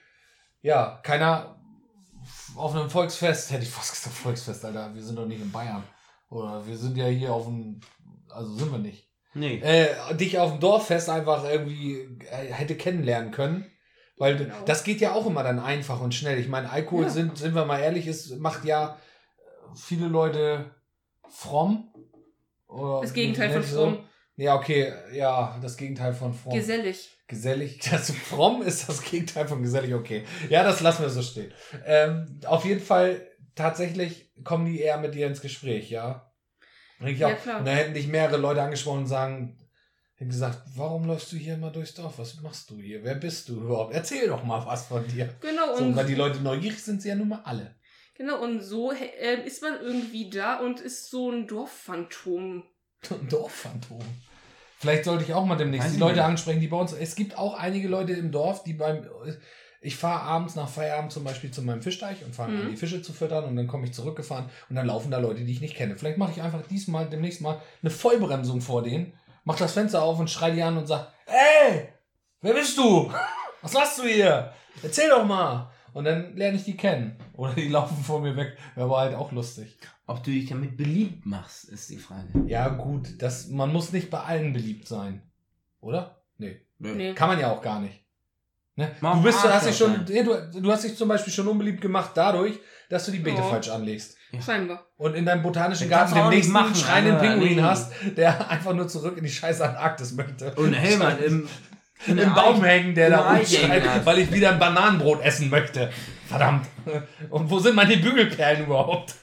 keiner auf einem Volksfest, hätte ich fast gesagt Volksfest, Alter, wir sind doch nicht in Bayern. Oder wir sind ja hier also sind wir nicht. Nee. Dich auf dem Dorffest einfach irgendwie hätte kennenlernen können. Weil das geht ja auch immer dann einfach und schnell. Ich meine, Alkohol, sind wir mal ehrlich, macht ja viele Leute fromm. Oder das Gegenteil von fromm. Ja, okay, das Gegenteil von fromm. Gesellig. Fromm ist das Gegenteil von gesellig, okay. Ja, das lassen wir so stehen. Auf jeden Fall, tatsächlich kommen die eher mit dir ins Gespräch, ja? Ja, klar. Und da hätten dich mehrere Leute angesprochen und hätten gesagt, warum läufst du hier immer durchs Dorf? Was machst du hier? Wer bist du überhaupt? Erzähl doch mal was von dir. Genau. So, weil die Leute neugierig sind, sie ja nun mal alle. Genau, und so ist man irgendwie da und ist so ein Dorfphantom. Ein Dorfphantom? Vielleicht sollte ich auch mal demnächst die Leute ansprechen, die bei uns... Es gibt auch einige Leute im Dorf, die ich fahre abends nach Feierabend zum Beispiel zu meinem Fischteich und fange an, die Fische zu füttern und dann komme ich zurückgefahren und dann laufen da Leute, die ich nicht kenne. Vielleicht mache ich einfach demnächst mal eine Vollbremsung vor denen, mach das Fenster auf und schrei die an und sag, ey, wer bist du? Was machst du hier? Erzähl doch mal. Und dann lerne ich die kennen. Oder die laufen vor mir weg. Wäre aber halt auch lustig. Ob du dich damit beliebt machst, ist die Frage. Ja, gut. Man muss nicht bei allen beliebt sein. Oder? Nee. Kann man ja auch gar nicht. Ne? Du hast dich zum Beispiel schon unbeliebt gemacht dadurch, dass du die Beete falsch anlegst. Ja. Scheinbar. Und in deinem botanischen Garten den nächsten schreienden Pinguin hast, der einfach nur zurück in die scheiß Antarktis möchte. Und Hellmann im Baum hängen, der da rumschreit, weil ich wieder ein Bananenbrot essen möchte. Verdammt. Und wo sind meine Bügelperlen überhaupt?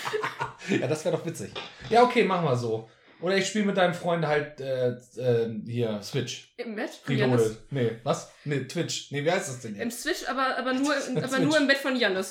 Ja, das wäre doch witzig. Ja, okay, machen wir so. Oder ich spiele mit deinem Freund halt hier Switch. Im Bett? Nee, was? Nee, Twitch. Nee, wie heißt das denn jetzt? Im Switch, aber nur im Bett von Jannis.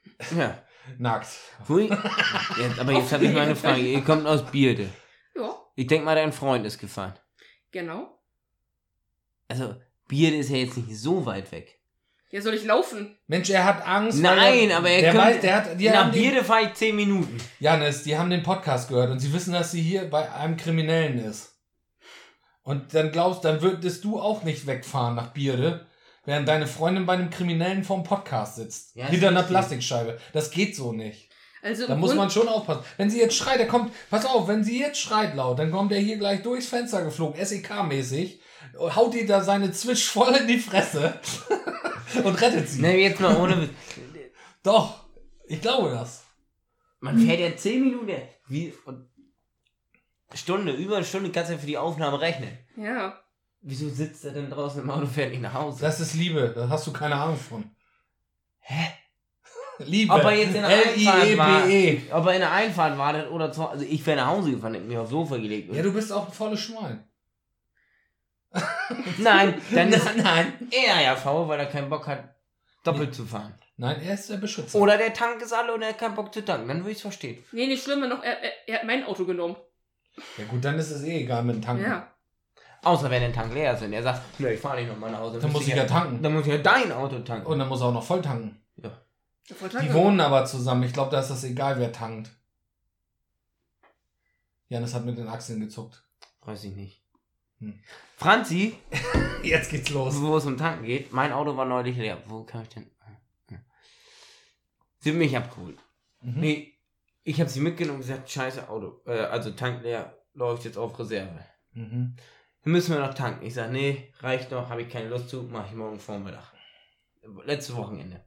Ja. Nackt. Aber jetzt habe ich mal eine Frage. Ihr kommt aus Bierde. Ja. Ich denke mal, dein Freund ist gefahren. Genau. Also, Bier ist ja jetzt nicht so weit weg. Ja, soll ich laufen? Mensch, er hat Angst. Nein, aber er könnte... Nach Bierde fahre ich 10 Minuten. Janis, die haben den Podcast gehört und sie wissen, dass sie hier bei einem Kriminellen ist. Und dann würdest du auch nicht wegfahren nach Bierde, während deine Freundin bei einem Kriminellen vorm Podcast sitzt. Ja, hinter einer Plastikscheibe. Das geht so nicht. Also da muss man schon aufpassen. Wenn sie jetzt schreit, pass auf, wenn sie jetzt schreit laut, dann kommt er hier gleich durchs Fenster geflogen, SEK-mäßig, haut ihr da seine Zwisch voll in die Fresse und rettet sie. Ne, jetzt mal ohne... Doch, ich glaube das. Man fährt ja 10 Minuten... über eine Stunde kannst du ja für die Aufnahme rechnen. Ja. Wieso sitzt er denn draußen im Auto und fährt nicht nach Hause? Das ist Liebe, da hast du keine Ahnung von. Hä? Liebe. Ob er jetzt in der Einfahrt war, ob er in der Einfahrt wartet oder zu Hause. Also ich wäre nach Hause gefahren, hätte mich aufs Sofa gelegt. Ja, du bist auch ein volles Schwein. Nein, dann ist er ja faul, weil er keinen Bock hat, doppelt zu fahren. Nein, er ist der Beschützer. Oder der Tank ist alle und er hat keinen Bock zu tanken. Dann würde ich es verstehen. Nee, nicht schlimmer noch, er hat mein Auto genommen. Ja gut, dann ist es egal mit dem Tanken. Ja. Außer wenn der Tank leer ist und er sagt, nö, ich fahre nicht nochmal nach Hause. Dann muss ich ja tanken. Dann muss ich ja dein Auto tanken. Und dann muss er auch noch voll tanken. Ja. Die wohnen aber zusammen. Ich glaube, da ist das egal, wer tankt. Janis hat mit den Achseln gezuckt. Weiß ich nicht. Franzi. Jetzt geht's los. Wo es um Tanken geht. Mein Auto war neulich leer. Wo kann ich denn... Sie haben mich abgeholt. Nee, ich habe sie mitgenommen und gesagt, scheiße Auto. Also Tank leer, läuft jetzt auf Reserve. Dann müssen wir noch tanken. Ich sage, nee, reicht noch, habe ich keine Lust zu, mache ich morgen Vormittag. Letztes Wochenende.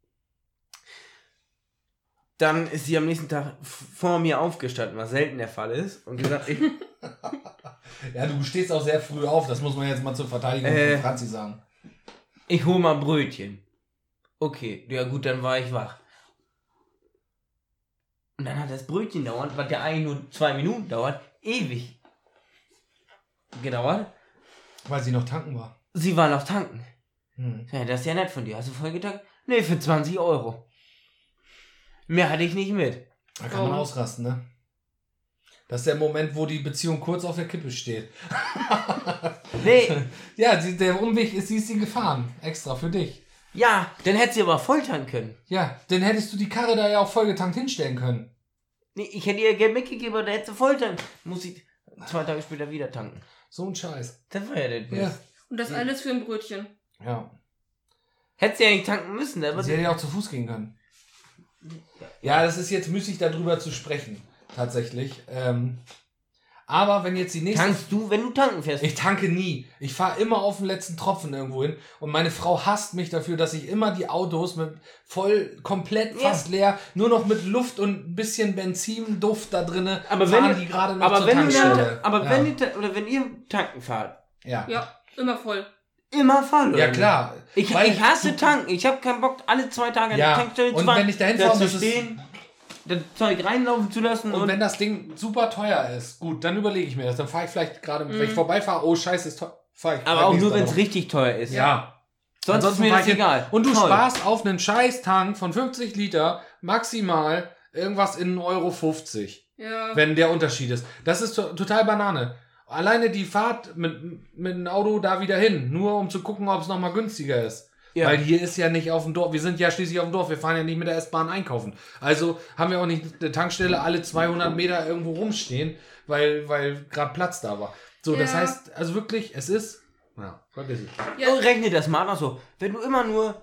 Dann ist sie am nächsten Tag vor mir aufgestanden, was selten der Fall ist. Und gesagt, ja, du stehst auch sehr früh auf, das muss man jetzt mal zur Verteidigung von Franzi sagen. Ich hole mal Brötchen. Okay, ja gut, dann war ich wach. Und dann hat das Brötchen dauert, was ja eigentlich nur 2 Minuten dauert, ewig gedauert. Weil sie noch tanken war. Sie war noch tanken. Ja, das ist ja nett von dir. Hast du voll getankt? Nee, für 20 €. Mehr hatte ich nicht mit. Da kann man ausrasten, ne? Das ist der Moment, wo die Beziehung kurz auf der Kippe steht. Nee. Ja, der Umweg ist sie gefahren. Extra für dich. Ja, dann hätte sie aber voll tanken können. Ja, dann hättest du die Karre da ja auch vollgetankt hinstellen können. Nee, ich hätte ihr Geld mitgegeben, aber dann hätte sie voll tanken. Muss ich 2 Tage später wieder tanken. So ein Scheiß. Das war ja der Ja. Und das alles für ein Brötchen. Ja. Hätte sie ja nicht tanken müssen. Aber sie hätte ja auch zu Fuß gehen können. Ja, das ist jetzt müßig, darüber zu sprechen. Tatsächlich. Aber wenn jetzt die nächste... Tankst du, wenn du tanken fährst? Ich tanke nie. Ich fahre immer auf den letzten Tropfen irgendwo hin. Und meine Frau hasst mich dafür, dass ich immer die Autos mit komplett fast leer, nur noch mit Luft und ein bisschen Benzinduft da drinne fahren, die gerade noch zur Tankstelle. Wenn ihr tanken fahrt. Ja, immer voll. Immer voll, oder? Ja, klar. Ich hasse tanken. Ich habe keinen Bock, alle 2 Tage an der Tankstelle zu fahren. Und wenn ich dahin fahre, das Zeug reinlaufen zu lassen. Und wenn das Ding super teuer ist, gut, dann überlege ich mir das. Dann fahre ich vielleicht gerade, wenn ich vorbeifahre, oh scheiße, ist teuer. Aber auch nur, wenn es richtig teuer ist. Ja. Sonst ist mir das egal. Und du sparst auf einen Scheiß-Tank von 50 Liter maximal irgendwas in 1,50 €. Ja. Wenn der Unterschied ist. Das ist total Banane. Alleine die Fahrt mit dem Auto da wieder hin, nur um zu gucken, ob es nochmal günstiger ist. Ja. Weil hier ist ja nicht auf dem Dorf, wir sind ja schließlich auf dem Dorf, wir fahren ja nicht mit der S-Bahn einkaufen. Also haben wir auch nicht eine Tankstelle alle 200 Meter irgendwo rumstehen, weil gerade Platz da war. So, das heißt, also wirklich, es ist... Ja, vergiss es. Ja. Rechne das mal noch so. Wenn du immer nur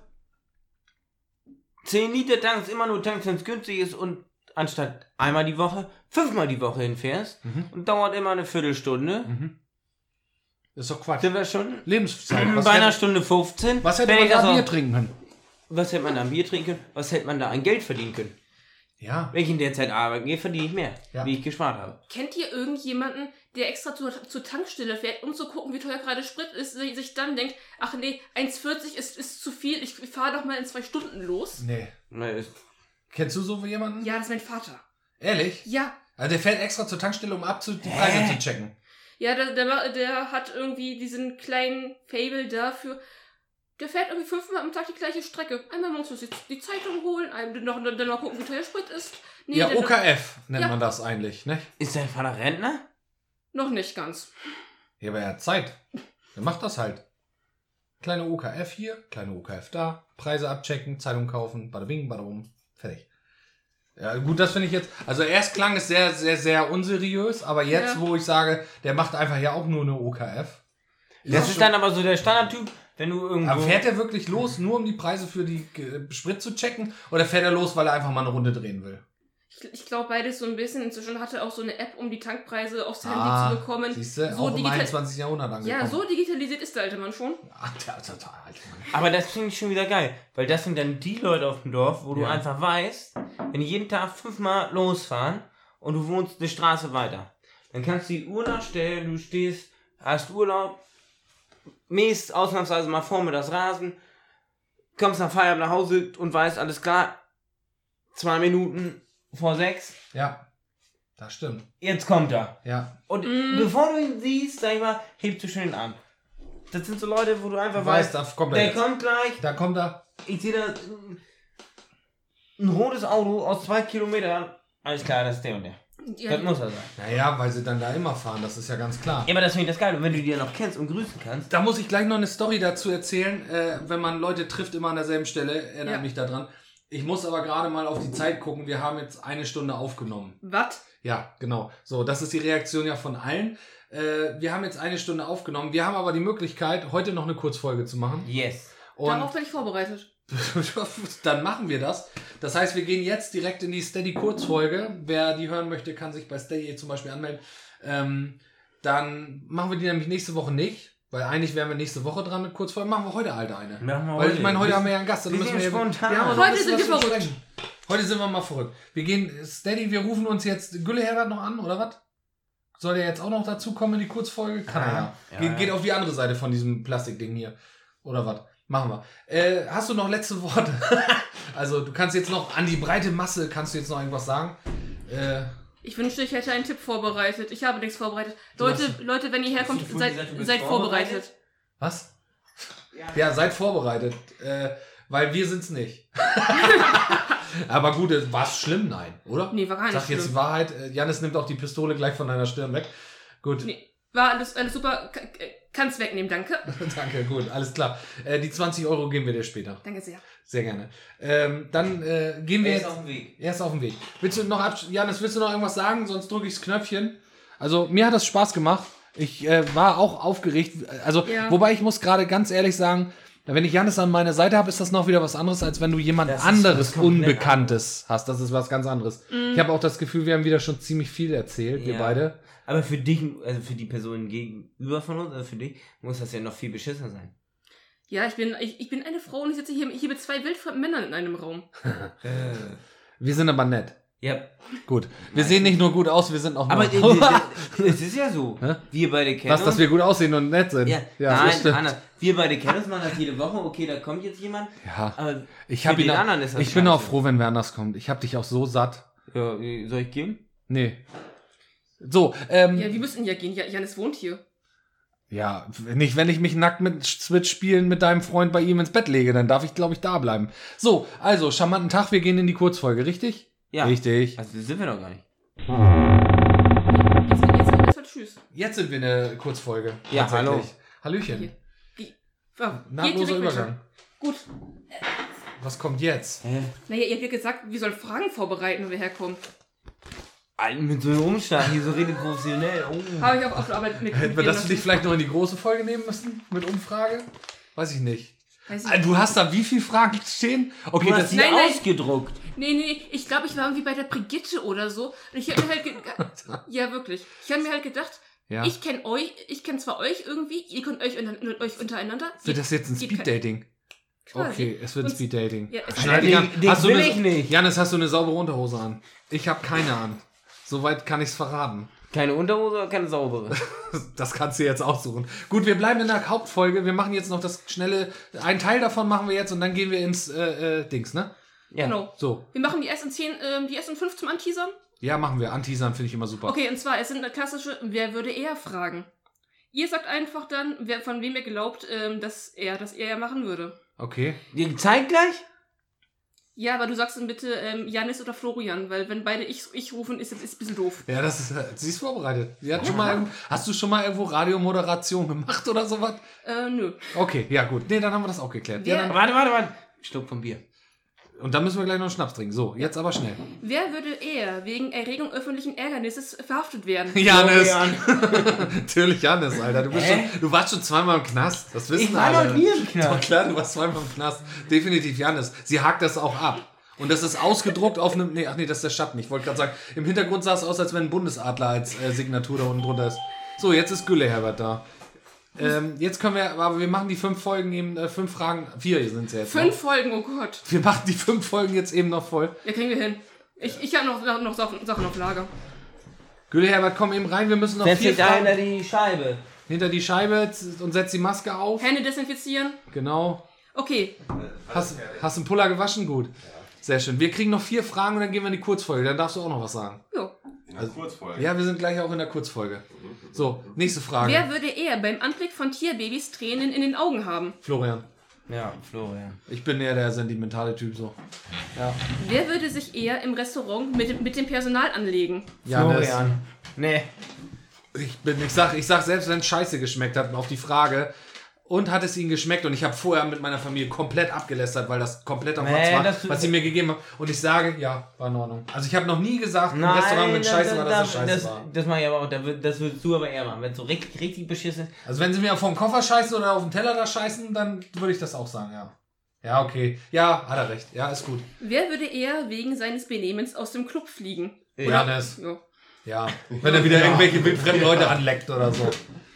10 Liter tankst, wenn es günstig ist und anstatt einmal die Woche, 5-mal die Woche hinfährst und dauert immer eine Viertelstunde. Das ist doch Quatsch. Sind wir schon? Lebenszeit. Bei einer Stunde 15. Was hätte man da Bier trinken können? Was hätte man da an Bier trinken können? Was hätte man da an Geld verdienen können? Ja. Wenn ich in der Zeit arbeite, verdiene ich mehr, wie ich gespart habe. Kennt ihr irgendjemanden, der extra zur Tankstelle fährt, um zu gucken, wie teuer gerade Sprit ist, sich dann denkt, ach nee, 1,40 ist zu viel, ich fahre doch mal in 2 Stunden los? Nee. Kennst du so jemanden? Ja, das ist mein Vater. Ehrlich? Ja. Also der fährt extra zur Tankstelle, um die Preise zu checken. Ja, der hat irgendwie diesen kleinen Fable dafür. Der fährt irgendwie 5-mal am Tag die gleiche Strecke. Einmal muss du die Zeitung holen, dann noch gucken, wie teuer Sprit ist. Nee, ja, OKF nennt man das eigentlich, ne? Ist dein Vater Rentner? Noch nicht ganz. Ja, aber er hat Zeit. Er macht das halt. Kleine OKF hier, kleine OKF da, Preise abchecken, Zeitung kaufen, bada bing, bada bum, fertig. Ja, gut, das finde ich jetzt, also erst klang es sehr, sehr, sehr unseriös, aber jetzt, wo ich sage, der macht einfach ja auch nur eine OKF. Das ist dann aber so der Standardtyp, wenn du irgendwo... Aber fährt er wirklich los, nur um die Preise für die Sprit zu checken, oder fährt er los, weil er einfach mal eine Runde drehen will? Ich glaube beides so ein bisschen. Inzwischen hatte er auch so eine App, um die Tankpreise aufs Handy zu bekommen. Siehste, so auch im 21. Jahrhundert angekommen. Ja, so digitalisiert ist der alte Mann schon. Ach, der alte Mann. Aber das finde ich schon wieder geil, weil das sind dann die Leute auf dem Dorf, wo du einfach weißt, wenn die jeden Tag 5-mal losfahren und du wohnst eine Straße weiter, dann kannst du die Uhr nachstellen, du hast Urlaub, mähst ausnahmsweise mal vormittags Rasen, kommst nach Feierabend nach Hause und weißt, alles klar, 2 Minuten vor 6. Ja, das stimmt. Jetzt kommt er. Ja. Und bevor du ihn siehst, sag ich mal, hebst du schön den Arm. Das sind so Leute, wo du einfach weißt, da kommt er kommt gleich. Da kommt er. Ich sehe da ein rotes Auto aus 2 Kilometern. Alles klar, das ist der und der. Ja, das muss er sein. Naja, weil sie dann da immer fahren, das ist ja ganz klar. Ja, aber das finde ich das geil. Und wenn du die ja noch kennst und grüßen kannst. Da muss ich gleich noch eine Story dazu erzählen, wenn man Leute trifft, immer an derselben Stelle, erinnert mich daran. Ich muss aber gerade mal auf die Zeit gucken. Wir haben jetzt 1 Stunde aufgenommen. Was? Ja, genau. So, das ist die Reaktion ja von allen. Wir haben jetzt 1 Stunde aufgenommen. Wir haben aber die Möglichkeit, heute noch eine Kurzfolge zu machen. Yes. Und darauf bin ich vorbereitet. Dann machen wir das. Das heißt, wir gehen jetzt direkt in die Steady-Kurzfolge. Wer die hören möchte, kann sich bei Steady zum Beispiel anmelden. Dann machen wir die nämlich nächste Woche nicht. Weil eigentlich wären wir nächste Woche dran mit Kurzfolgen. Machen wir heute, Alter, eine. Weil ich meine, heute haben wir ja einen Gast. Dann müssen wir spontan. Heute sind wir verrückt. Heute sind wir mal verrückt. Wir gehen Steady, wir rufen uns jetzt Gülle Herbert noch an, oder was? Soll der jetzt auch noch dazu kommen in die Kurzfolge? Kann er ja. Geht auf die andere Seite von diesem Plastikding hier. Oder was? Machen wir. Hast du noch letzte Worte? Also du kannst jetzt noch an die breite Masse, kannst du jetzt noch irgendwas sagen? Ich wünschte, ich hätte einen Tipp vorbereitet. Ich habe nichts vorbereitet. Leute, wenn ihr herkommt, seid vorbereitet. Was? Ja, seid vorbereitet. Weil wir sind's nicht. Aber gut, war es schlimm? Nein, oder? Nee, war gar nicht schlimm. Sag jetzt die Wahrheit. Janis nimmt auch die Pistole gleich von deiner Stirn weg. Gut. Nee, war alles super. Kannst wegnehmen, danke. Danke, gut, alles klar. Die 20 € geben wir dir später. Danke sehr. Sehr gerne. Dann gehen wir jetzt... Er auf dem Weg. Er ist auf dem Weg. Janis, willst du noch irgendwas sagen? Sonst drücke ich das Knöpfchen. Also, mir hat das Spaß gemacht. Ich war auch aufgeregt. Also, wobei ich muss gerade ganz ehrlich sagen, wenn ich Janis an meiner Seite habe, ist das noch wieder was anderes, als wenn du jemand anderes, Unbekanntes hast. Das ist was ganz anderes. Ich habe auch das Gefühl, wir haben wieder schon ziemlich viel erzählt, wir beide. Aber für dich, also für die Person gegenüber von uns, also für dich, muss das ja noch viel beschissener sein. Ja, ich bin eine Frau und ich sitze hier mit 2 wildfremden Männern in einem Raum. Wir sind aber nett. Ja. Gut. Wir sehen nicht nur gut aus, wir sind auch aber es ist ja so. Wir beide kennen uns. Dass wir gut aussehen und nett sind. Ja, nein, anders. Wir beide kennen uns, machen das jede Woche. Okay, da kommt jetzt jemand. Ja. Aber ich bin auch froh, wenn wer anders kommt. Ich hab dich auch so satt. Ja, soll ich gehen? Nee. So, ja, wir müssen ja gehen. Janis wohnt hier. Ja, nicht, wenn ich mich nackt mit Switch-Spielen mit deinem Freund bei ihm ins Bett lege, dann darf ich, glaube ich, da bleiben. So, also, charmanten Tag, wir gehen in die Kurzfolge, richtig? Ja. Richtig. Also, sind wir noch gar nicht. Jetzt tschüss. Jetzt sind wir in der Kurzfolge. Ja, hallo. Hallöchen. Nahtloser Übergang. Gut. Was kommt jetzt? Naja, ihr habt ja gesagt, wir sollen Fragen vorbereiten, wenn wir herkommen. Mit so einem Umschlag, hier so redet professionell. Oh. Habe ich auch auf der Arbeit mit. Hätten wir das nicht vielleicht noch in die große Folge nehmen müssen? Mit Umfrage? Weiß ich nicht. Weiß ich nicht. Du hast da wie viele Fragen stehen? Okay, du hast die ausgedruckt. Nee, ich glaube, ich war irgendwie bei der Brigitte oder so. Und ich habe mir halt ja, wirklich. Ich habe mir halt gedacht, ich kenne euch, ich kenne zwar euch irgendwie, ihr könnt euch untereinander. Wird das jetzt ein Speeddating? Okay, es wird ein Speeddating. Ja, will ich nicht. Janis, hast du eine saubere Unterhose an? Ich habe keine an. Soweit kann ich es verraten. Keine Unterhose oder keine saubere? Das kannst du jetzt aussuchen. Gut, wir bleiben in der Hauptfolge. Wir machen jetzt noch das schnelle... Einen Teil davon machen wir jetzt und dann gehen wir ins Dings, ne? Ja. Genau. So. Wir machen die ersten 5 zum Anteasern. Ja, machen wir. Anteasern finde ich immer super. Okay, und zwar, es sind eine klassische Wer würde eher Fragen. Ihr sagt einfach dann, von wem ihr glaubt, dass er machen würde. Okay. Die zeitgleich? Ja, aber du sagst dann bitte Janis oder Florian, weil wenn beide ich rufen, ist ein bisschen doof. Ja, sie ist vorbereitet. Hast du schon mal irgendwo Radiomoderation gemacht oder sowas? Nö. Okay, ja gut. Nee, dann haben wir das auch geklärt. Ja, warte. Schluck vom Bier. Und dann müssen wir gleich noch einen Schnaps trinken. So, jetzt aber schnell. Wer würde eher wegen Erregung öffentlichen Ärgernisses verhaftet werden? Janis. Natürlich Janis, Alter. Du warst schon zweimal im Knast. Das wissen alle. Ich war noch nie im Knast. Doch klar, du warst zweimal im Knast. Definitiv Janis. Sie hakt das auch ab. Und das ist ausgedruckt auf einem... Nee, das ist der Schatten. Ich wollte gerade sagen, im Hintergrund sah es aus, als wenn ein Bundesadler als Signatur da unten drunter ist. So, jetzt ist Gülle Herbert da. Jetzt können wir, aber wir machen die 5 Folgen eben, 5 Fragen, 4 sind es jetzt. 5 Folgen, oh Gott. Wir machen die 5 Folgen jetzt eben noch voll. Ja, kriegen wir hin. Ich habe noch Sachen auf Lager. Gülle Herbert, komm eben rein, wir müssen noch 4 Fragen. Hinter die Scheibe. Hinter die Scheibe und setz die Maske auf. Hände desinfizieren. Genau. Okay. Hast du einen Puller gewaschen? Gut. Sehr schön. Wir kriegen noch 4 Fragen und dann gehen wir in die Kurzfolge. Dann darfst du auch noch was sagen. Jo. Kurzfolge. Ja, wir sind gleich auch in der Kurzfolge. So, nächste Frage. Wer würde eher beim Anblick von Tierbabys Tränen in den Augen haben? Florian. Ja, Florian. Ich bin eher der sentimentale Typ so. Ja. Wer würde sich eher im Restaurant mit dem Personal anlegen? Florian. Nee. Ich sag selbst, wenn es scheiße geschmeckt hat, auf die Frage. Und hat es ihnen geschmeckt? Und ich habe vorher mit meiner Familie komplett abgelästert, weil das komplett auf war, was sie mir gegeben haben. Und ich sage, ja, war in Ordnung. Also ich habe noch nie gesagt, im Restaurant mit Scheiße war, dass es scheiße war. Das mache ich aber auch. Das würdest du aber eher machen. Wenn es so richtig beschissen ist. Also wenn sie mir vom Koffer scheißen oder auf dem Teller da scheißen, dann würde ich das auch sagen, ja. Ja, okay. Ja, hat er recht. Ja, ist gut. Wer würde eher wegen seines Benehmens aus dem Club fliegen? Janis. Ja. Wenn er wieder irgendwelche wildfremden Leute anleckt oder so.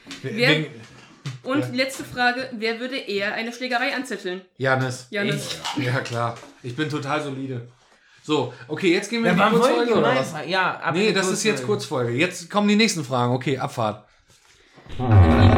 Und letzte Frage, wer würde eher eine Schlägerei anzetteln? Janis. Ja, klar. Ich bin total solide. So, okay, jetzt gehen wir in die Kurzfolge, oder was? Ja, nee, das ist jetzt Kurzfolge. Jetzt kommen die nächsten Fragen. Okay, Abfahrt.